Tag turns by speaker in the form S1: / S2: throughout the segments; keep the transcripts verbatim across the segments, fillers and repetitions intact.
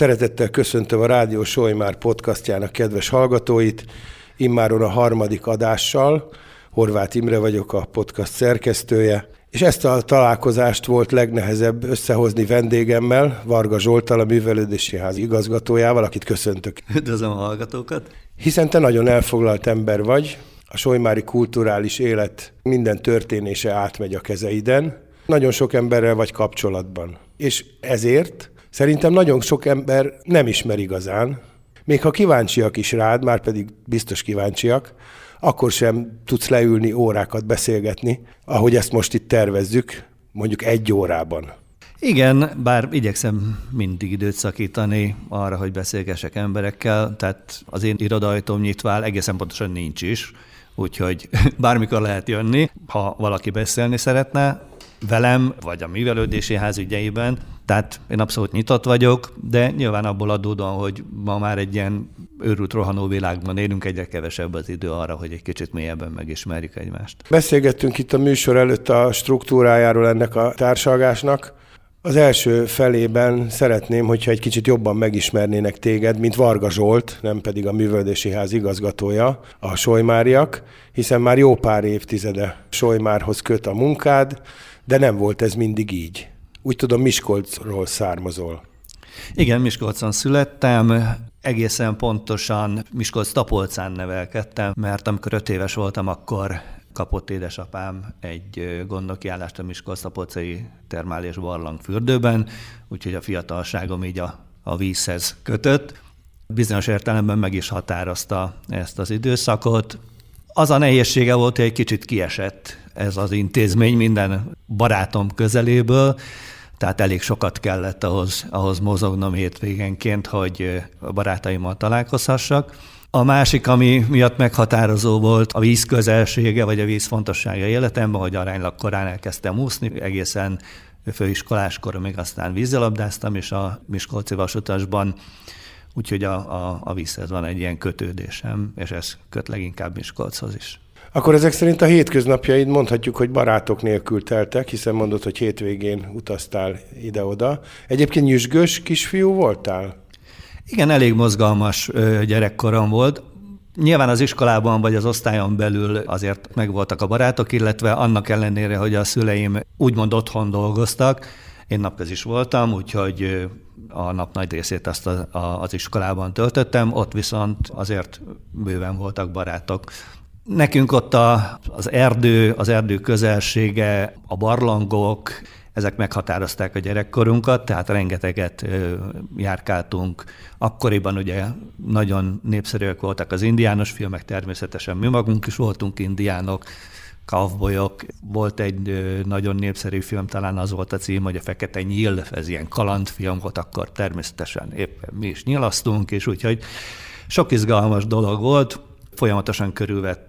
S1: Szeretettel köszöntöm a Rádió Solymár podcastjának kedves hallgatóit, immáron a harmadik adással. Horváth Imre vagyok, a podcast szerkesztője, és ezt a találkozást volt legnehezebb összehozni vendégemmel, Varga Zsolttal, a Művelődési Ház igazgatójával, akit köszöntök.
S2: Üdvözlöm a hallgatókat!
S1: Hiszen te nagyon elfoglalt ember vagy, a solymári kulturális élet minden történése átmegy a kezeiden, nagyon sok emberrel vagy kapcsolatban, és ezért szerintem nagyon sok ember nem ismer igazán, még ha kíváncsiak is rád, már pedig biztos kíváncsiak, akkor sem tudsz leülni, órákat beszélgetni, ahogy ezt most itt tervezzük, mondjuk egy órában.
S2: Igen, bár igyekszem mindig időt szakítani arra, hogy beszélgessek emberekkel, tehát az én irodajtóm nyitva áll, egészen pontosan nincs is, úgyhogy bármikor lehet jönni, ha valaki beszélni szeretne velem, vagy a Művelődési Ház ügyeiben. Tehát én abszolút nyitott vagyok, de nyilván abból adódóan, hogy ma már egy ilyen őrült rohanó világban élünk, egyre kevesebb az idő arra, hogy egy kicsit mélyebben megismerjük egymást.
S1: Beszélgettünk itt a műsor előtt a struktúrájáról ennek a társalgásnak. Az első felében szeretném, hogyha egy kicsit jobban megismernének téged, mint Varga Zsolt, nem pedig a Művelődési Ház igazgatója, a solymáriak, hiszen már jó pár évtizede Solymárhoz köt a munkád, de nem volt ez mindig így. Úgy tudom, Miskolcról származol.
S2: Igen, Miskolcon születtem, egészen pontosan Miskolc-Tapolcán nevelkedtem, mert amikor öt éves voltam, akkor kapott édesapám egy gondnokiállást a Miskolc-Tapolcai termál- és barlangfürdőben, úgyhogy a fiatalságom így a, a vízhez kötött. Bizonyos értelemben meg is határozta ezt az időszakot. Az a nehézsége volt, hogy egy kicsit kiesett ez az intézmény minden barátom közeléből, tehát elég sokat kellett ahhoz, ahhoz mozognom hétvégenként, hogy a barátaimmal találkozhassak. A másik, ami miatt meghatározó volt, a víz közelsége, vagy a víz fontossága életemben, hogy aránylag korán elkezdtem úszni, egészen főiskolás koromig aztán vízilabdáztam, és a miskolci vasutasban, úgyhogy a, a, a vízhez van egy ilyen kötődésem, és ez köt leginkább Miskolchoz is.
S1: Akkor ezek szerint a hétköznapjaid mondhatjuk, hogy barátok nélkül teltek, hiszen mondod, hogy hétvégén utaztál ide-oda. Egyébként nyüzsgős kisfiú voltál?
S2: Igen, elég mozgalmas gyerekkorom volt. Nyilván az iskolában vagy az osztályon belül azért megvoltak a barátok, illetve annak ellenére, hogy a szüleim úgymond otthon dolgoztak, én napközis voltam, úgyhogy a nap nagy részét azt az iskolában töltöttem, ott viszont azért bőven voltak barátok. Nekünk ott a, az erdő, az erdő közelsége, a barlangok, ezek meghatározták a gyerekkorunkat, tehát rengeteget járkáltunk. Akkoriban ugye nagyon népszerűek voltak az indiános filmek, természetesen mi magunk is voltunk indiánok, cowboyok. Volt egy nagyon népszerű film, talán az volt a cím, hogy a Fekete Nyíl, ez ilyen kalandfilm volt, akkor természetesen éppen mi is nyilasztunk, és úgyhogy sok izgalmas dolog volt, folyamatosan körülvett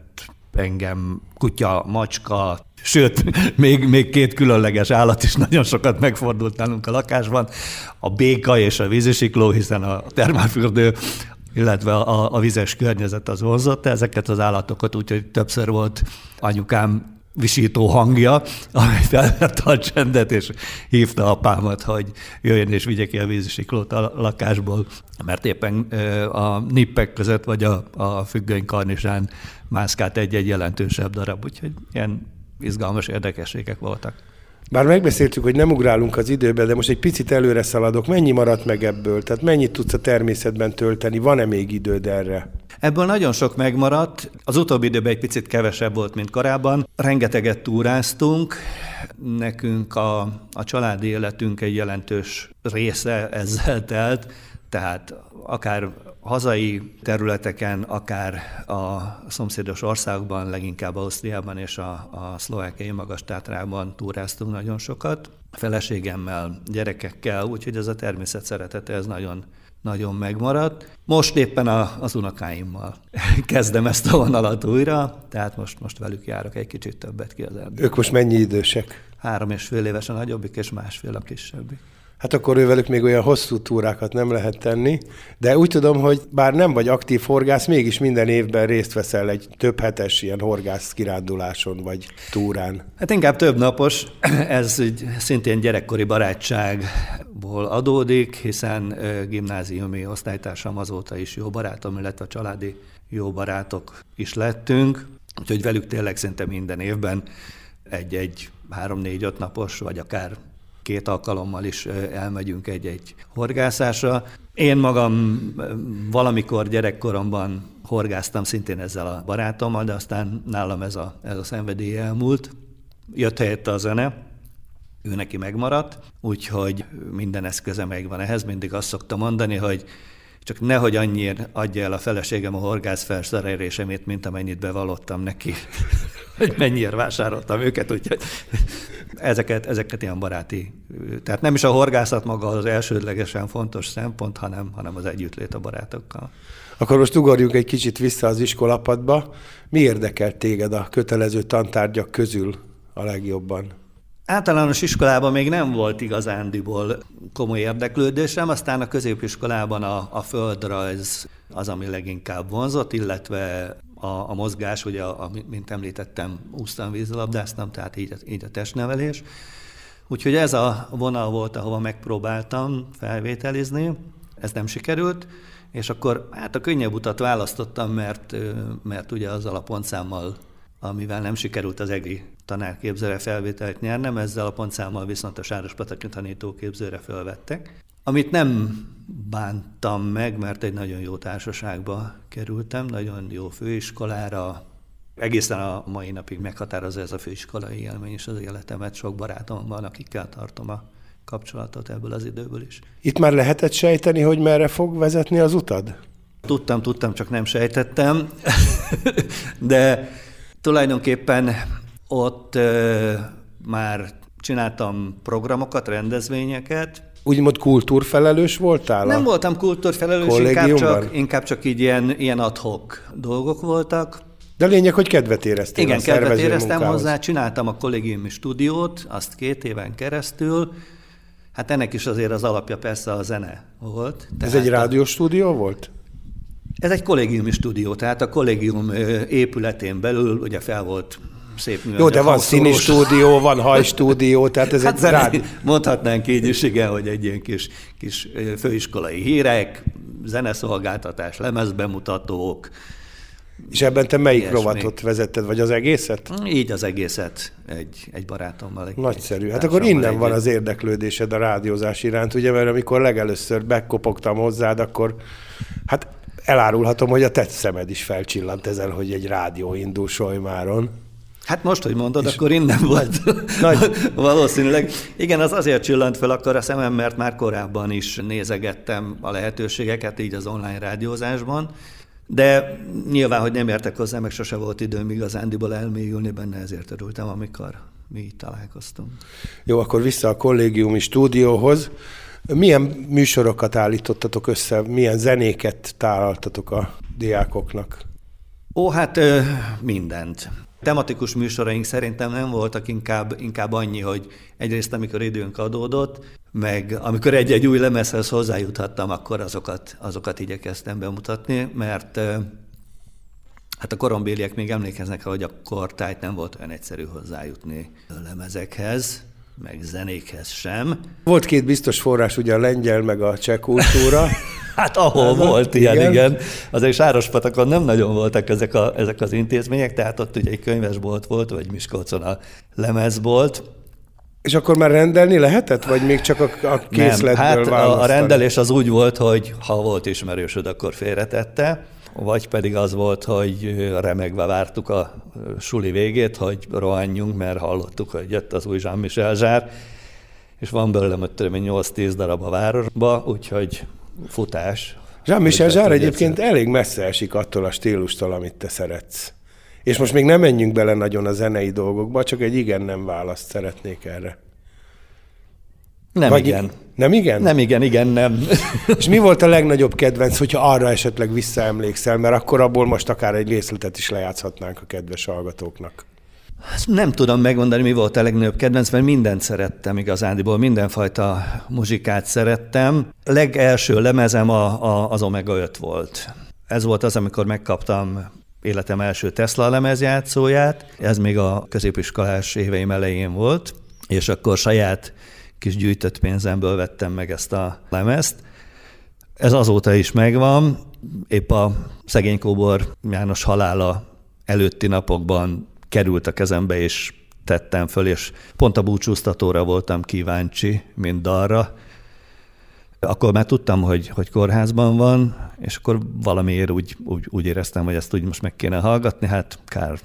S2: engem kutya, macska, sőt, még, még két különleges állat is nagyon sokat megfordult nálunk a lakásban, a béka és a vízisikló, hiszen a termálfürdő, illetve a, a vizes környezet az vonzott ezeket az állatokat, úgyhogy többször volt anyukám visító hangja, ami felvette a csendet, és hívta apámat, hogy jöjjön és vigye ki a vízisiklót a lakásból, mert éppen a nippek között, vagy a, a függöny karnisán mászkált egy-egy jelentősebb darab, úgyhogy ilyen izgalmas érdekességek voltak.
S1: Bár megbeszéltük, hogy nem ugrálunk az időbe, de most egy picit előre szaladok. Mennyi maradt meg ebből? Tehát mennyit tudsz a természetben tölteni? Van-e még időd erre?
S2: Ebből nagyon sok megmaradt. Az utóbbi időben egy picit kevesebb volt, mint korábban. Rengeteget túráztunk. Nekünk a, a családi életünk egy jelentős része ezzel telt, tehát akár hazai területeken, akár a szomszédos országokban, leginkább Ausztriában és a, a szlovákiai Magas-Tátrában túráztunk nagyon sokat. Feleségemmel, gyerekekkel, úgyhogy ez a természet szeretete, ez nagyon, nagyon megmaradt. Most éppen a, az unokáimmal kezdem ezt a vonalat újra, tehát most, most velük járok egy kicsit többet ki az erdőt.
S1: Ők most mennyi idősek?
S2: Három és fél éves a nagyobbik, és másfél a kisebbik.
S1: Hát akkor ővelük még olyan hosszú túrákat nem lehet tenni, de úgy tudom, hogy bár nem vagy aktív horgász, mégis minden évben részt veszel egy több hetes ilyen horgász kiránduláson vagy túrán.
S2: Hát inkább több napos, ez szintén gyerekkori barátságból adódik, hiszen gimnáziumi osztálytársam azóta is jó barátom, illetve a családi jó barátok is lettünk, úgyhogy velük tényleg szinte minden évben egy-egy három-négy-öt napos, vagy akár két alkalommal is elmegyünk egy-egy horgászásra. Én magam valamikor gyerekkoromban horgáztam szintén ezzel a barátommal, de aztán nálam ez a, ez a szenvedély elmúlt. Jött helyette a zene, ő neki megmaradt, úgyhogy minden eszköze megvan ehhez. Mindig azt szoktam mondani, hogy csak nehogy annyira adja el a feleségem a horgász felszerelésemmét, mint amennyit bevallottam neki, hogy mennyire vásároltam őket, úgyhogy ezeket, ezeket ilyen baráti. Tehát nem is a horgászat maga az elsődlegesen fontos szempont, hanem, hanem az együttlét a barátokkal.
S1: Akkor most ugorjunk egy kicsit vissza az iskolapadba. Mi érdekelt téged a kötelező tantárgyak közül a legjobban?
S2: Általános iskolában még nem volt igazándiból komoly érdeklődésem, aztán a középiskolában a, a földrajz az, ami leginkább vonzott, illetve a, a mozgás, ugye, a, mint említettem, úsztam, vízilabdáztam, tehát így, így a testnevelés. Úgyhogy ez a vonal volt, ahova megpróbáltam felvételizni, ez nem sikerült, és akkor hát a könnyebb utat választottam, mert, mert ugye azzal a pontszámmal, amivel nem sikerült az egri tanárképzőre felvételt nyernem, ezzel a pontszámmal viszont a Sárospataki tanítóképzőre felvettek. Amit nem bántam meg, mert egy nagyon jó társaságba kerültem, nagyon jó főiskolára. Egészen a mai napig meghatározza ez a főiskolai élmény is az életemet. Sok barátom van, akikkel tartom a kapcsolatot ebből az időből is.
S1: Itt már lehetett sejteni, hogy merre fog vezetni az utad?
S2: Tudtam, tudtam, csak nem sejtettem. De tulajdonképpen ott ö, már csináltam programokat, rendezvényeket.
S1: Úgymond kultúrfelelős voltál?
S2: Nem voltam kultúrfelelős, inkább csak, inkább csak így ilyen, ilyen ad-hoc dolgok voltak.
S1: De a lényeg, hogy kedvet éreztél.
S2: Igen,
S1: a
S2: kedvet éreztem
S1: munkához.
S2: hozzá, csináltam a kollégiumi stúdiót, azt két éven keresztül. Hát ennek is azért az alapja persze a zene volt.
S1: Ez egy rádióstúdió volt?
S2: Ez egy kollégiumi stúdió, tehát a kollégium épületén belül ugye fel volt szép műanyag.
S1: Jó, de van színi stúdió, van hajstúdió, tehát ez hát egy rádió.
S2: Mondhatnánk így is, igen, hogy egy ilyen kis, kis főiskolai hírek, zeneszolgáltatás, lemezbemutatók.
S1: És ebben te melyik
S2: ilyesmi.
S1: rovatot vezetted, vagy az egészet?
S2: Így az egészet egy, egy barátommal. Egy
S1: Nagyszerű. Hát akkor innen van az érdeklődésed a rádiózás iránt, ugye, mert amikor legelőször bekopogtam hozzád, akkor hát elárulhatom, hogy a te szemed is felcsillant ezzel, hogy egy rádió indul Solymáron.
S2: Hát most, hogy mondod, és akkor innen volt nagy... valószínűleg. Igen, az azért csillant fel akkor a szemem, mert már korábban is nézegettem a lehetőségeket így az online rádiózásban, de nyilván, hogy nem értek hozzá, meg sose volt időm igazándiból elmélyülni benne, ezért örültem, amikor mi így találkoztunk.
S1: Jó, akkor vissza a kollégiumi stúdióhoz. Milyen műsorokat állítottatok össze, milyen zenéket tálaltatok a diákoknak?
S2: Ó, hát mindent. Tematikus műsoraink szerintem nem voltak, inkább, inkább annyi, hogy egyrészt amikor időnk adódott, meg amikor egy-egy új lemezhez hozzájuthattam, akkor azokat, azokat igyekeztem bemutatni, mert hát a korombéliek még emlékeznek, hogy akkor tájt nem volt olyan egyszerű hozzájutni a lemezekhez, meg zenékhez sem.
S1: Volt két biztos forrás, ugye a lengyel, meg a cseh kultúra.
S2: Hát ahol az volt ilyen, igen. igen. Azért Sárospatakon nem nagyon voltak ezek, a, ezek az intézmények, tehát ott ugye egy könyvesbolt volt, vagy Miskolcon a lemezbolt.
S1: És akkor már rendelni lehetett, vagy még csak a, a készletből
S2: nem, hát
S1: választani?
S2: A rendelés az úgy volt, hogy ha volt ismerősöd, akkor félretette, vagy pedig az volt, hogy remegve vártuk a suli végét, hogy rohanjunk, mert hallottuk, hogy jött az új Jean-Michel Jarre, és van belőlem nyolc-tíz darab a városba, úgyhogy futás.
S1: Jean-Michel Jarre egyébként elég messze esik attól a stílustól, amit te szeretsz. És most még nem menjünk bele nagyon a zenei dolgokba, csak egy igen-nem választ szeretnék erre.
S2: Nem
S1: Vagy
S2: igen.
S1: Nem igen?
S2: Nem igen, igen, nem.
S1: És mi volt a legnagyobb kedvenc, hogyha arra esetleg visszaemlékszel, mert akkor abból most akár egy részletet is lejátszhatnánk a kedves hallgatóknak.
S2: Nem tudom megmondani, mi volt a legnagyobb kedvenc, mert mindent szerettem igazándiból, mindenfajta muzsikát szerettem. A legelső lemezem a, a, az Omega öt volt. Ez volt az, amikor megkaptam életem első Tesla lemezjátszóját. Ez még a középiskolás éveim elején volt, és akkor saját kis gyűjtött pénzemből vettem meg ezt a lemezt. Ez azóta is megvan. Épp a szegény Kóbor János halála előtti napokban került a kezembe, és tettem föl, és pont a búcsúztatóra voltam kíváncsi, mint dalra. Akkor már tudtam, hogy, hogy kórházban van, és akkor valamiért úgy, úgy, úgy éreztem, hogy ezt úgy most meg kéne hallgatni, hát kár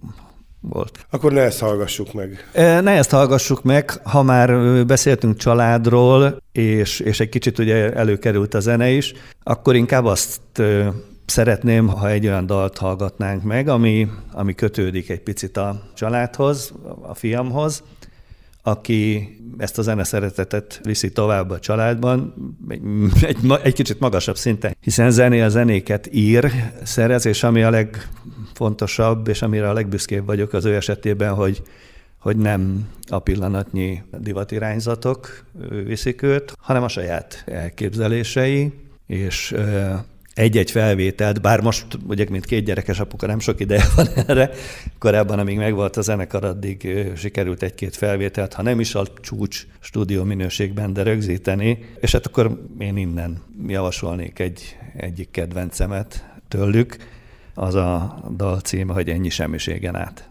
S2: volt.
S1: Akkor ne ezt hallgassuk meg.
S2: Ne ezt hallgassuk meg, ha már beszéltünk családról, és, és egy kicsit ugye előkerült a zene is, akkor inkább azt szeretném, ha egy olyan dalt hallgatnánk meg, ami, ami kötődik egy picit a családhoz, a fiamhoz, aki ezt a zeneszeretetet viszi tovább a családban, egy, egy, egy kicsit magasabb szinten, hiszen zenél zenéket ír, szerez, és ami a legfontosabb, és amire a legbüszkébb vagyok az ő esetében, hogy, hogy nem a pillanatnyi divatirányzatok viszik őt, hanem a saját elképzelései, és egy-egy felvételt, bár most ugye, mint két gyerekes apuka, nem sok ideje van erre, korábban, amíg megvolt a zenekar, addig sikerült egy-két felvételt, ha nem is a csúcs stúdió minőségben, de rögzíteni, és hát akkor én innen javasolnék egy, egyik kedvencemet tőlük, az a dal címe, hogy Ennyi semmiségen át.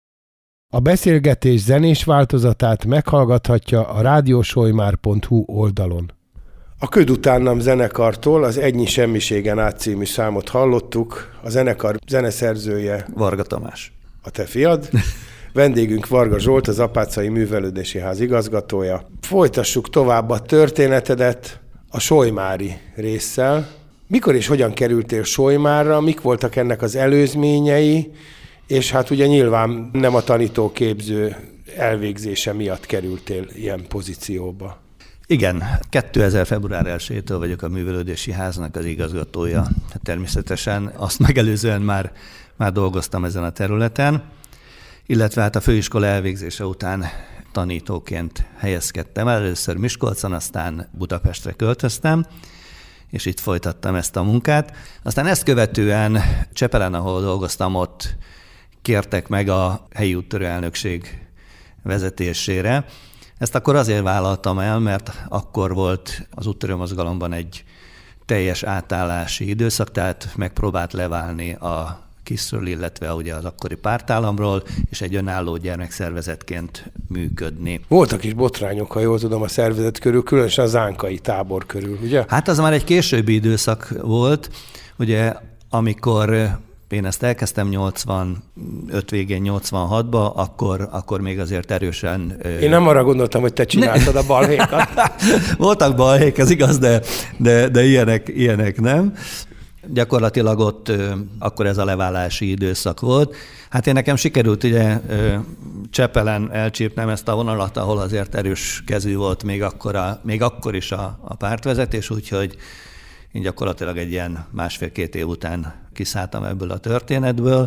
S1: A beszélgetés zenés változatát meghallgathatja a rádiósolymár pont hu oldalon. A Köd utánam zenekartól az Ennyi semmiségen át című számot hallottuk. A zenekar zeneszerzője
S2: Varga Tamás.
S1: A te fiad. Vendégünk Varga Zsolt, az Apáczai Művelődési Ház igazgatója. Folytassuk tovább a történetedet a solymári résszel. Mikor és hogyan kerültél Solymárra, mik voltak ennek az előzményei, és hát ugye nyilván nem a tanítóképző elvégzése miatt kerültél ilyen pozícióba.
S2: Igen, kétezer. február elsejétől vagyok a Művelődési Háznak az igazgatója. Természetesen azt megelőzően már, már dolgoztam ezen a területen, illetve hát a főiskola elvégzése után tanítóként helyezkedtem. Először Miskolcon, aztán Budapestre költöztem, és itt folytattam ezt a munkát. Aztán ezt követően Csepelen, ahol dolgoztam, ott kértek meg a helyi úttörő elnökség vezetésére. Ezt akkor azért vállaltam el, mert akkor volt az úttörő mozgalomban egy teljes átállási időszak, tehát megpróbált leválni a KISZ-ről, illetve ugye az akkori pártállamról, és egy önálló gyermekszervezetként működni.
S1: Voltak is botrányok, ha jól tudom, a szervezet körül, különösen a zánkai tábor körül, ugye?
S2: Hát az már egy későbbi időszak volt, ugye amikor én ezt elkezdtem nyolcvanöt végén, nyolcvanhatba, akkor, akkor még azért erősen...
S1: Én nem arra gondoltam, hogy te csináltad ne. a balhékat.
S2: Voltak balhék, ez igaz, de, de, de ilyenek, ilyenek nem. Gyakorlatilag ott akkor ez a leválási időszak volt. Hát én nekem sikerült ugye Csepelen elcsípnem ezt a vonalat, ahol azért erős kezű volt még akkor, a, még akkor is a, a pártvezetés, úgyhogy én gyakorlatilag egy ilyen másfél-két év után kiszálltam ebből a történetből.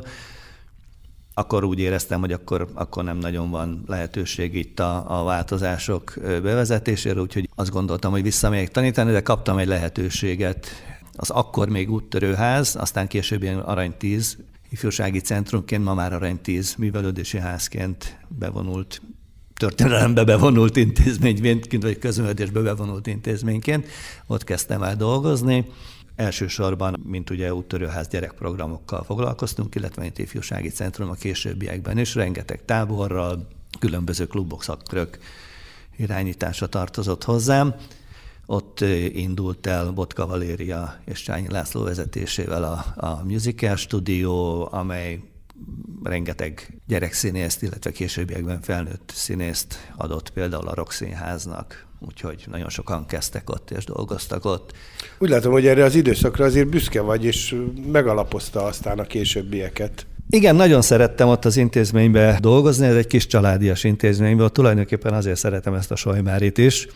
S2: Akkor úgy éreztem, hogy akkor, akkor nem nagyon van lehetőség itt a, a változások bevezetésére, úgyhogy azt gondoltam, hogy visszamegyek tanítani, de kaptam egy lehetőséget. Az akkor még úttörőház, aztán később ilyen Arany tíz ifjúsági centrumként, ma már Arany tíz művelődési házként bevonult, történelembe bevonult intézményként, vagy közművelődésbe bevonult intézményként. Ott kezdtem el dolgozni. Elsősorban, mint ugye úttörőház gyerekprogramokkal foglalkoztunk, illetve mint ifjúsági centrum a későbbiekben is, rengeteg táborral, különböző klubok, szakkörök irányítása tartozott hozzám. Ott indult el Botka Valéria és Csányi László vezetésével a, a musical stúdió, amely rengeteg gyerekszínészt, illetve későbbiekben felnőtt színészt adott például a Rock Színháznak, úgyhogy nagyon sokan kezdtek ott és dolgoztak ott.
S1: Úgy látom, hogy erre az időszakra azért büszke vagy, és megalapozta aztán a későbbieket.
S2: Igen, nagyon szerettem ott az intézménybe dolgozni, ez egy kis családias intézményben, tulajdonképpen azért szeretem ezt a Solymárit is,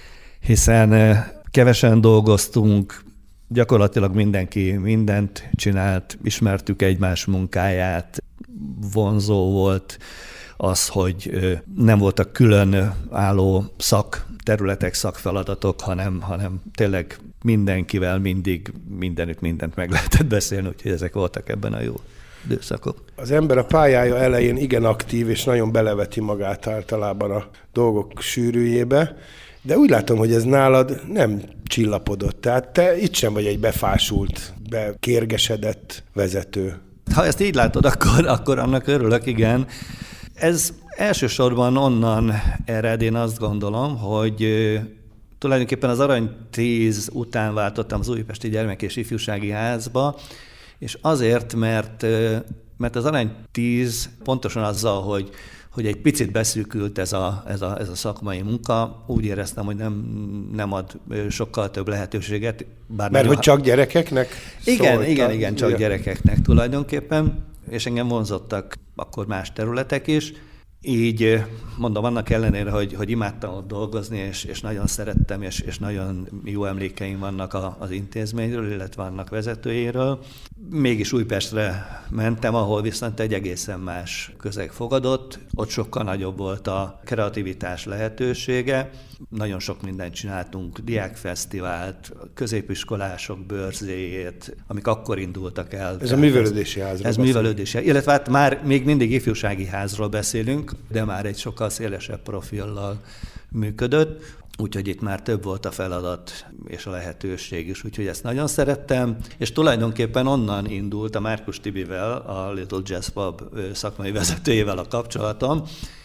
S2: hiszen kevesen dolgoztunk, gyakorlatilag mindenki mindent csinált, ismertük egymás munkáját, vonzó volt az, hogy nem voltak külön álló szakterületek, szakfeladatok, hanem, hanem tényleg mindenkivel mindig mindenütt mindent meg lehetett beszélni, úgyhogy ezek voltak ebben a jó időszakok.
S1: Az ember a pályája elején igen aktív, és nagyon beleveti magát általában a dolgok sűrűjébe, de úgy látom, hogy ez nálad nem csillapodott. Tehát te itt sem vagy egy befásult, bekérgesedett vezető.
S2: Ha ezt így látod, akkor, akkor annak örülök, igen. Ez elsősorban onnan ered, én azt gondolom, hogy tulajdonképpen az Arany tíz után váltottam az Újpesti Gyermek- és Ifjúsági Házba, és azért, mert, mert az Arany tíz pontosan azzal, hogy, hogy egy picit beszűkült ez a, ez, a, ez a szakmai munka, úgy éreztem, hogy nem, nem ad sokkal több lehetőséget.
S1: Bár mert hogy ha... csak gyerekeknek
S2: Igen,
S1: szólta.
S2: igen, igen, csak igen. gyerekeknek tulajdonképpen, és engem vonzottak akkor más területek is. Így mondom, annak ellenére, hogy, hogy imádtam ott dolgozni, és, és nagyon szerettem, és, és nagyon jó emlékeim vannak a, az intézményről, illetve annak vezetőjéről. Mégis Újpestre mentem, ahol viszont egy egészen más közeg fogadott. Ott sokkal nagyobb volt a kreativitás lehetősége. Nagyon sok mindent csináltunk, diákfesztivált, középiskolások bőrzéjét, amik akkor indultak el.
S1: Ez a művelődési házról.
S2: Ez művelődési, illetve hát már még mindig ifjúsági házról beszélünk, de már egy sokkal szélesebb profillal működött, úgyhogy itt már több volt a feladat és a lehetőség is, úgyhogy ezt nagyon szerettem, és tulajdonképpen onnan indult a Márkus Tibivel, a Little Jazz Pub szakmai vezetőjével a kapcsolatom,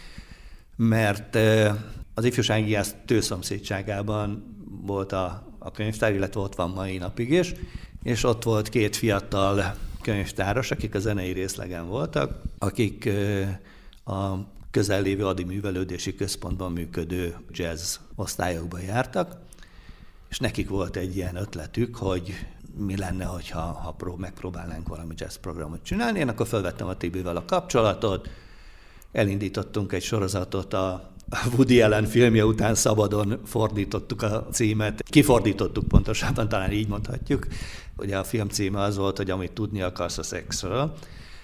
S2: mert az ifjúsági ház tőszomszédságában volt a, a könyvtár, illetve ott van mai napig is, és ott volt két fiatal könyvtáros, akik a zenei részlegen voltak, akik a közel lévő Ady Művelődési Központban működő jazz osztályokban jártak, és nekik volt egy ilyen ötletük, hogy mi lenne, hogyha ha prób- megpróbálnánk valami jazz programot csinálni. Én akkor felvettem a Tibivel a kapcsolatot, elindítottunk egy sorozatot, a Woody Allen filmje után szabadon fordítottuk a címet. Kifordítottuk pontosabban, talán így mondhatjuk. Ugye a film címe az volt, hogy amit tudni akarsz a szexről,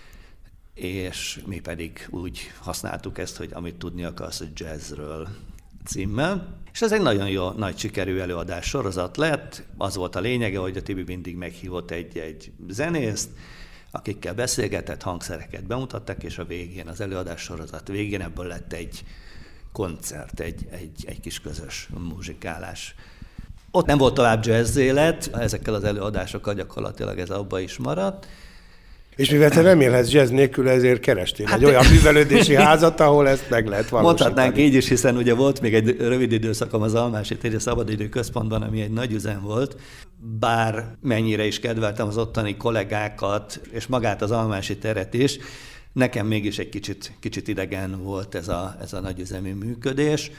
S2: és mi pedig úgy használtuk ezt, hogy amit tudni akarsz a jazzről címmel. És ez egy nagyon jó, nagy sikerű előadás sorozat lett. Az volt a lényege, hogy a Tibi mindig meghívott egy-egy zenészt, akikkel beszélgetett, hangszereket bemutattak, és a végén, az előadás sorozat végén ebből lett egy koncert, egy, egy, egy kis közös muzsikálás. Ott nem volt tovább jazz élet, ezekkel az előadásokkal gyakorlatilag ez abba is maradt.
S1: És mivel te nem élhetsz jazz nélkül, ezért kerestél hát egy olyan művelődési házat, ahol ezt meg lehet valósítani.
S2: Mondhatnánk így is, hiszen ugye volt még egy rövid időszakom az Almási téri Szabadidő Központban, ami egy nagy üzem volt. Bár mennyire is kedveltem az ottani kollégákat, és magát az Almási teret is, nekem mégis egy kicsit, kicsit idegen volt ez a, ez a nagyüzemű működés.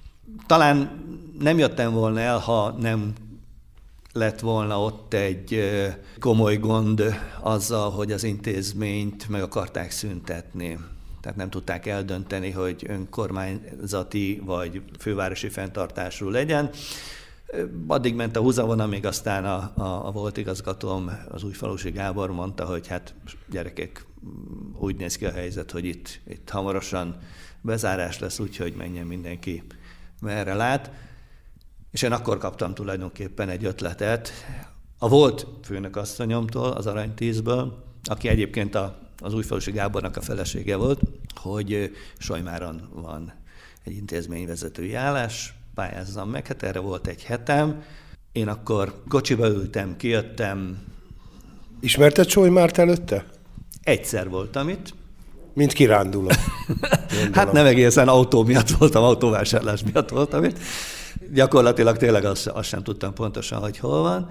S2: Talán nem jöttem volna el, ha nem lett volna ott egy komoly gond azzal, hogy az intézményt meg akarták szüntetni. Tehát nem tudták eldönteni, hogy önkormányzati vagy fővárosi fenntartású legyen. Addig ment a húzavona, még aztán a, a, a volt igazgatóm, az Újfalusi Gábor mondta, hogy hát gyerekek, úgy néz ki a helyzet, hogy itt, itt hamarosan bezárás lesz, úgyhogy menjen mindenki merre lát. És én akkor kaptam tulajdonképpen egy ötletet a volt főnökasszonyomtól, az Arany tízből, aki egyébként a, az Újfalusi Gábornak a felesége volt, hogy Solymáron van egy intézményvezetői állás, pályázzam meg, hát erre volt egy hetem. Én akkor kocsiba ültem, kijöttem.
S1: Ismerted Solymárt előtte?
S2: Egyszer voltam itt.
S1: Mint kiránduló.
S2: Hát nem egészen autó miatt voltam, autóvásárlás miatt voltam itt. Gyakorlatilag tényleg azt, azt sem tudtam pontosan, hogy hol van,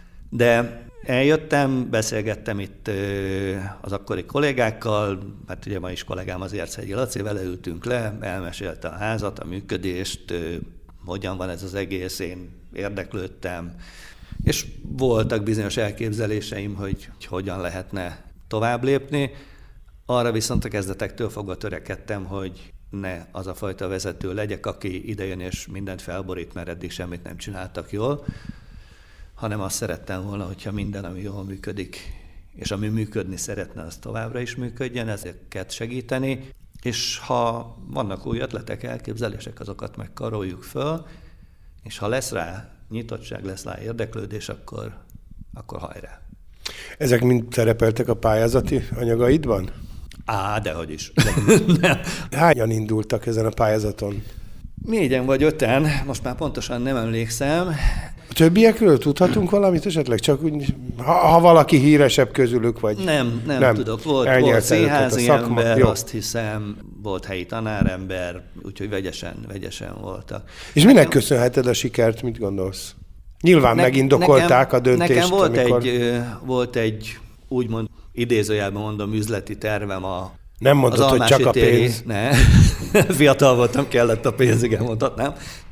S2: de eljöttem, beszélgettem itt az akkori kollégákkal, hát ugye ma is kollégám az Érchegyi Laci, vele ültünk le, elmesélte a házat, a működést, hogyan van ez az egész, én érdeklődtem, és voltak bizonyos elképzeléseim, hogy, hogy hogyan lehetne tovább lépni. Arra viszont a kezdetektől fogva törekedtem, hogy ne az a fajta vezető legyek, aki idejön és mindent felborít, mert eddig semmit nem csináltak jól, hanem azt szerettem volna, hogyha minden, ami jól működik, és ami működni szeretne, az továbbra is működjen, ezeket segíteni, és ha vannak új ötletek, elképzelések, azokat megkaroljuk föl, és ha lesz rá nyitottság, lesz rá érdeklődés, akkor, akkor hajrá.
S1: Ezek mind szerepeltek a pályázati anyagaidban?
S2: Á, dehogy is.
S1: Hányan indultak ezen a pályázaton?
S2: Négyen vagy öten, most már pontosan nem emlékszem.
S1: A többiekről tudhatunk valamit esetleg? Csak úgy, ha, ha valaki híresebb közülük, vagy...
S2: Nem, nem, nem. tudok. Volt, volt színházi ember, jó. Azt hiszem, volt helyi tanárember, úgyhogy vegyesen, vegyesen voltak.
S1: És minek nekem... köszönheted a sikert, mit gondolsz? Nyilván ne, megindokolták nekem, a döntést.
S2: Nekem volt,
S1: amikor...
S2: egy, volt egy, úgymond idézőjelben mondom, üzleti tervem a
S1: Nem mondtad, hogy csak a pénz.
S2: Ne, fiatal voltam, kellett a pénz, igen, mondhatnám.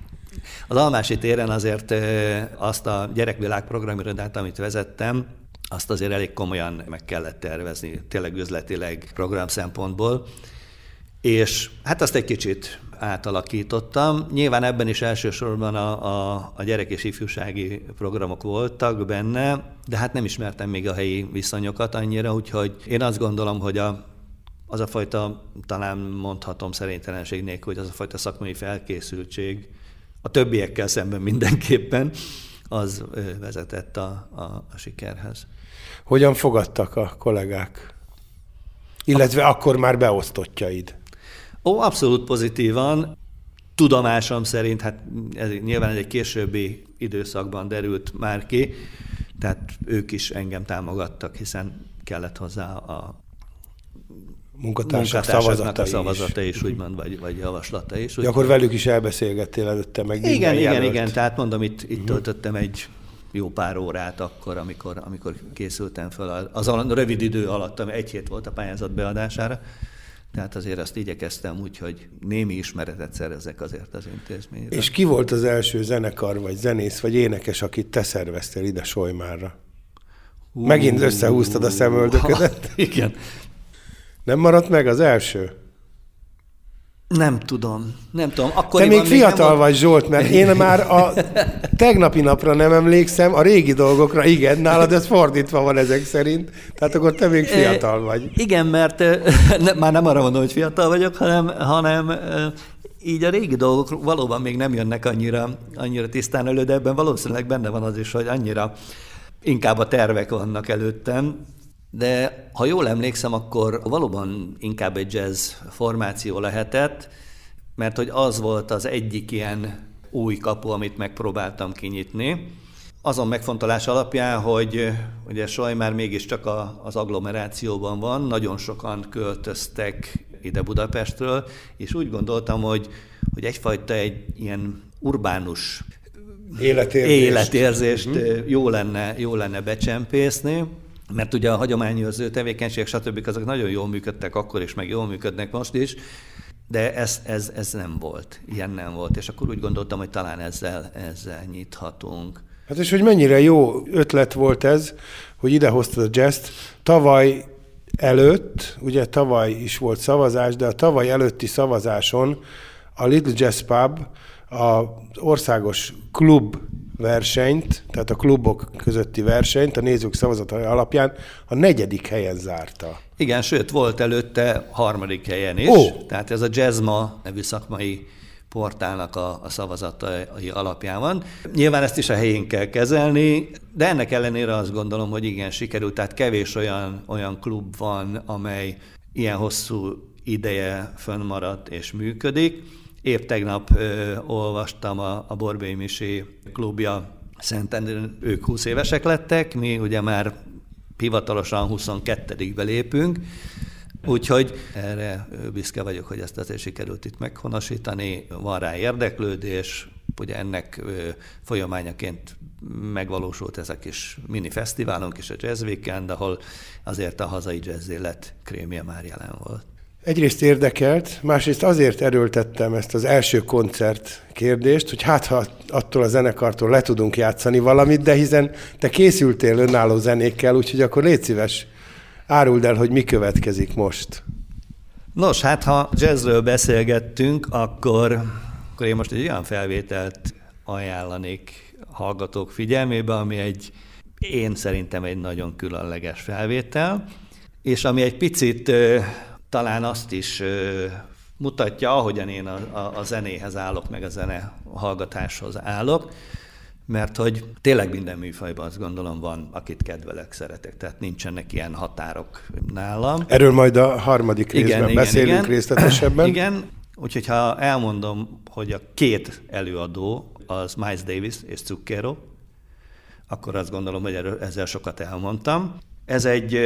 S2: Az Almási téren azért azt a gyerekvilág programirodát, amit vezettem, azt azért elég komolyan meg kellett tervezni, tényleg üzletileg program szempontból. És hát azt egy kicsit átalakítottam. Nyilván ebben is elsősorban a, a, a gyerek- és ifjúsági programok voltak benne, de hát nem ismertem még a helyi viszonyokat annyira, úgyhogy én azt gondolom, hogy a, az a fajta, talán mondhatom szerintelenség nélkül, hogy az a fajta szakmai felkészültség a többiekkel szemben mindenképpen, az vezetett a, a, a sikerhez.
S1: Hogyan fogadtak a kollégák? Illetve a... akkor már beosztottjaid?
S2: Ó, abszolút pozitívan. Tudomásom szerint, hát ez, nyilván ez egy későbbi időszakban derült már ki, tehát ők is engem támogattak, hiszen kellett hozzá a
S1: munkatársak szavazata,
S2: a szavazata is, is úgymond, vagy, vagy javaslata is.
S1: Ja, akkor velük is elbeszélgettél előtte, meg minden
S2: Igen, igen,
S1: jelölt.
S2: igen, tehát mondom, itt, itt uh-huh. töltöttem egy jó pár órát akkor, amikor, amikor készültem fel az a rövid idő alatt, ami egy hét volt a pályázat beadására. Tehát azért azt igyekeztem úgy, hogy némi ismeretet szerezzek azért az intézményre.
S1: És ki volt az első zenekar, vagy zenész, vagy énekes, akit te szerveztél ide Solymárra? Uh, Megint összehúztad a szemöldöködet?
S2: Ha, igen.
S1: Nem maradt meg az első?
S2: Nem tudom, nem tudom.
S1: Te még fiatal még vagy, Zsolt, mert én már a tegnapi napra nem emlékszem, a régi dolgokra igen, nálad ez fordítva van ezek szerint, tehát akkor te még fiatal vagy.
S2: Igen, mert ne, már nem arra mondom, hogy fiatal vagyok, hanem, hanem így a régi dolgok valóban még nem jönnek annyira, annyira tisztán elő, de ebben valószínűleg benne van az is, hogy annyira inkább a tervek vannak előttem. De ha jól emlékszem, akkor valóban inkább egy jazz formáció lehetett, mert hogy az volt az egyik ilyen új kapu, amit megpróbáltam kinyitni. Azon megfontolás alapján, hogy ugye Solymár mégiscsak a, az agglomerációban van, nagyon sokan költöztek ide Budapestről, és úgy gondoltam, hogy, hogy egyfajta egy ilyen urbánus
S1: életérzést,
S2: életérzést uh-huh. jó lenne, jó lenne becsempészni. Mert ugye a hagyományőrző tevékenység, stb. Azok nagyon jól működtek akkor is, meg jól működnek most is, de ez, ez, ez nem volt, ilyen nem volt. És akkor úgy gondoltam, hogy talán ezzel, ezzel nyithatunk.
S1: Hát és hogy mennyire jó ötlet volt ez, hogy idehoztad a jazzt. Tavaly előtt, ugye tavaly is volt szavazás, de a tavaly előtti szavazáson a Little Jazz Pub az országos klub versenyt, tehát a klubok közötti versenyt a nézők szavazata alapján a negyedik helyen zárta.
S2: Igen, sőt, volt előtte harmadik helyen is.
S1: Oh.
S2: Tehát ez a Jazzma nevű szakmai portálnak a, a szavazatai alapján van. Nyilván ezt is a helyén kell kezelni, de ennek ellenére azt gondolom, hogy igen, sikerült. Tehát kevés olyan, olyan klub van, amely ilyen hosszú ideje fönnmaradt és működik. Épp tegnap ö, olvastam a, a Borbély Misi klubja Szentendrén, ők húsz évesek lettek, mi ugye már hivatalosan huszonkettedik lépünk, úgyhogy erre büszke vagyok, hogy ezt azért sikerült itt meghonosítani, van rá érdeklődés, ugye ennek ö, folyamányaként megvalósult ez a kis mini fesztiválunk is, a Jazz Weekend, ahol azért a hazai jazz élet krémje már jelen volt.
S1: Egyrészt érdekelt, másrészt azért erőltettem ezt az első koncert kérdést, hogy hát ha attól a zenekartól le tudunk játszani valamit, de hiszen te készültél önálló zenékkel, úgyhogy akkor légy szíves, áruld el, hogy mi következik most.
S2: Nos, hát ha jazzről beszélgettünk, akkor, akkor én most egy olyan felvételt ajánlanék hallgatók figyelmébe, ami egy én szerintem egy nagyon különleges felvétel, és ami egy picit talán azt is mutatja, ahogyan én a, a, a zenéhez állok, meg a zene hallgatáshoz állok, mert hogy tényleg minden műfajban azt gondolom van, akit kedvelek, szeretek, tehát nincsenek ilyen határok nálam.
S1: Erről majd a harmadik igen, részben igen, beszélünk igen. részletesebben.
S2: Igen, úgyhogy ha elmondom, hogy a két előadó az Miles Davis és Zucchero, akkor azt gondolom, hogy erről, ezzel sokat elmondtam. Ez egy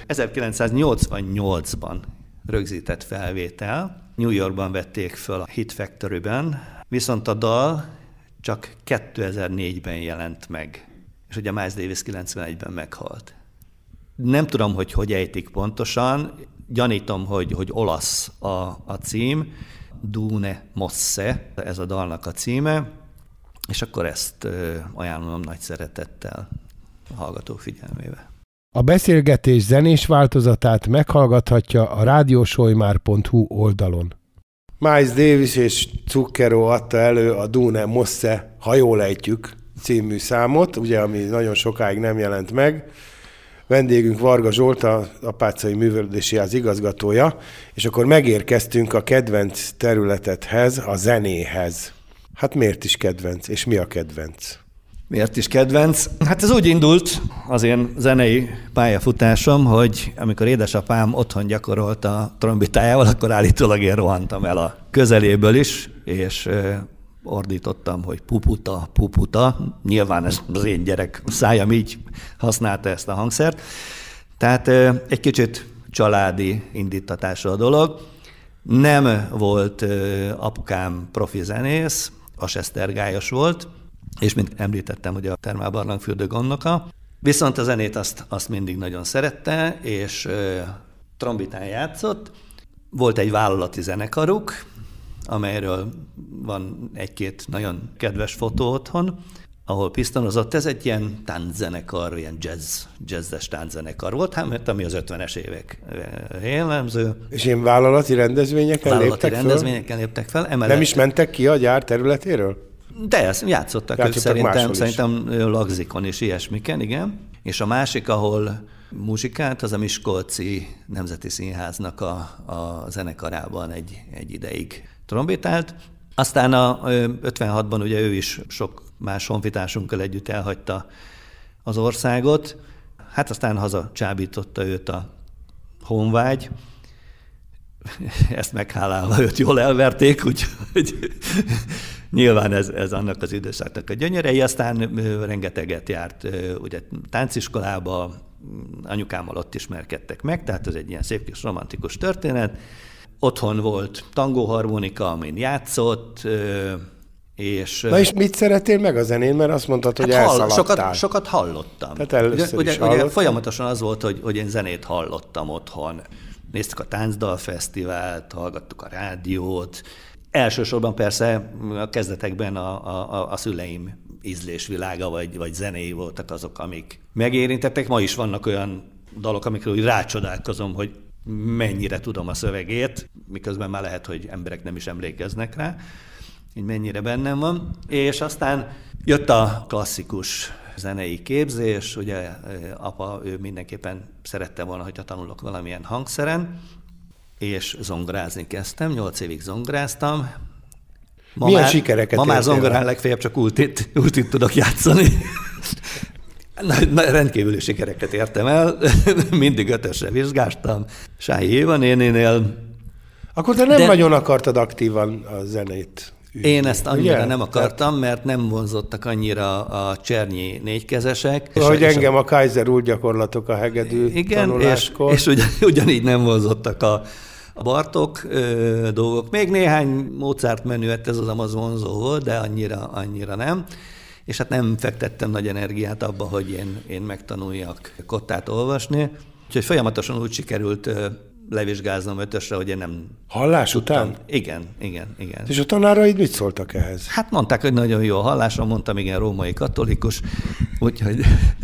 S2: ezerkilencszáznyolcvannyolcban rögzített felvétel. New Yorkban vették föl a Hit Factory-ben, viszont a dal csak kétezer-négyben jelent meg, és ugye Miles Davis kilencvenegyben meghalt. Nem tudom, hogy hogy ejtik pontosan, gyanítom, hogy, hogy olasz a, a cím, Dune Mosse, ez a dalnak a címe, és akkor ezt ajánlom nagy szeretettel a hallgatók figyelmébe.
S1: A beszélgetés zenés változatát meghallgathatja a rádiósolymár pont hu oldalon. Miles Davis és Zucchero adta elő a Dune Mosse, ha jól ejtjük, című számot, ugye, ami nagyon sokáig nem jelent meg. Vendégünk Varga Zsolt, a Apáczai Művelődési Ház igazgatója, és akkor megérkeztünk a kedvenc területedhez, a zenéhez. Hát miért is kedvenc, és mi a kedvenc?
S2: Miért is kedvenc? Hát ez úgy indult az én zenei pályafutásom, hogy amikor édesapám otthon gyakorolt a trombitájával, akkor állítólag én rohantam el a közeléből is, és ordítottam, hogy puputa, puputa. Nyilván ez az én gyerek szájam így használta ezt a hangszert. Tehát egy kicsit családi indítatású a dolog. Nem volt apukám profi zenész, az esztergályos volt, és mint említettem, hogy a termálbarlangfürdő gondnoka. Viszont a zenét azt, azt mindig nagyon szerette, és ö, trombitán játszott. Volt egy vállalati zenekaruk, amelyről van egy-két nagyon kedves fotó otthon, ahol pisztonozott. Ez egy ilyen tánczenekar, ilyen jazz, jazzes tánczenekar volt, hát ami az ötvenes évek jellemző.
S1: És ilyen vállalati rendezvényeken
S2: vállalati
S1: léptek fel?
S2: Vállalati rendezvényeken léptek fel. Emellett...
S1: Nem is mentek ki a gyár területéről?
S2: De ezt játszottak, játszottak ők szerintem, szerintem Lagzikon és ilyesmiken, igen. És a másik, ahol muzsikált, az a Miskolci Nemzeti Színháznak a, a zenekarában egy, egy ideig trombitált. Aztán a ötvenhatban ugye ő is sok más honfitársunkkal együtt elhagyta az országot. Hát aztán haza csábította őt a honvágy. Ezt meghálálva őt jól elverték, úgyhogy nyilván ez, ez annak az időszaknak a gyönyörei. Aztán rengeteget járt ugye tánciskolába, anyukámmal ott ismerkedtek meg, tehát ez egy ilyen szép kis romantikus történet. Otthon volt tangóharmonika, amin játszott, és... Na
S1: és mit szeretél meg a zenén, mert azt mondtad, hogy hát elszaladtál.
S2: Sokat, sokat hallottam.
S1: Tehát először
S2: ugye,
S1: is
S2: ugye, ugye folyamatosan az volt, hogy, hogy én zenét hallottam otthon. Néztük a Táncdalfesztivált, hallgattuk a rádiót. Elsősorban persze a kezdetekben a, a, a szüleim ízlésvilága vagy, vagy zenéi voltak azok, amik megérintettek. Ma is vannak olyan dalok, amikről úgy rácsodálkozom, hogy mennyire tudom a szövegét, miközben már lehet, hogy emberek nem is emlékeznek rá, így mennyire bennem van. És aztán jött a klasszikus zenei képzés, ugye apa, ő mindenképpen szerette volna, hogyha tanulok valamilyen hangszeren, és zongorázni kezdtem, nyolc évig zongoráztam. Ma
S1: Milyen
S2: már,
S1: sikereket
S2: Ma már zongorán legfeljebb csak ultit, ultit tudok játszani. Na, na, rendkívüli sikereket értem el, mindig ötösre vizsgáztam, Sáhi Éva nénénél.
S1: Akkor te nem De... nagyon akartad aktívan a zenét.
S2: Én ezt annyira ugye? nem akartam, mert nem vonzottak annyira a Csernyi négykezesek.
S1: Ahogy engem a, a Kaiser úr gyakorlatok a hegedű
S2: igen,
S1: tanuláskor.
S2: És, és ugyan, ugyanígy nem vonzottak a, a Bartók ö, dolgok. Még néhány Mozart menüet ez az amaz vonzó volt, de annyira, annyira nem. És hát nem fektettem nagy energiát abba, hogy én, én megtanuljak kottát olvasni. Úgyhogy folyamatosan úgy sikerült ö, levizsgáznom ötösre, hogy én nem...
S1: Hallás
S2: tudtam.
S1: után?
S2: Igen, igen, igen.
S1: És a tanáraid mit szóltak ehhez?
S2: Hát mondták, hogy nagyon jó a hallásra, mondtam, igen, római katolikus, úgyhogy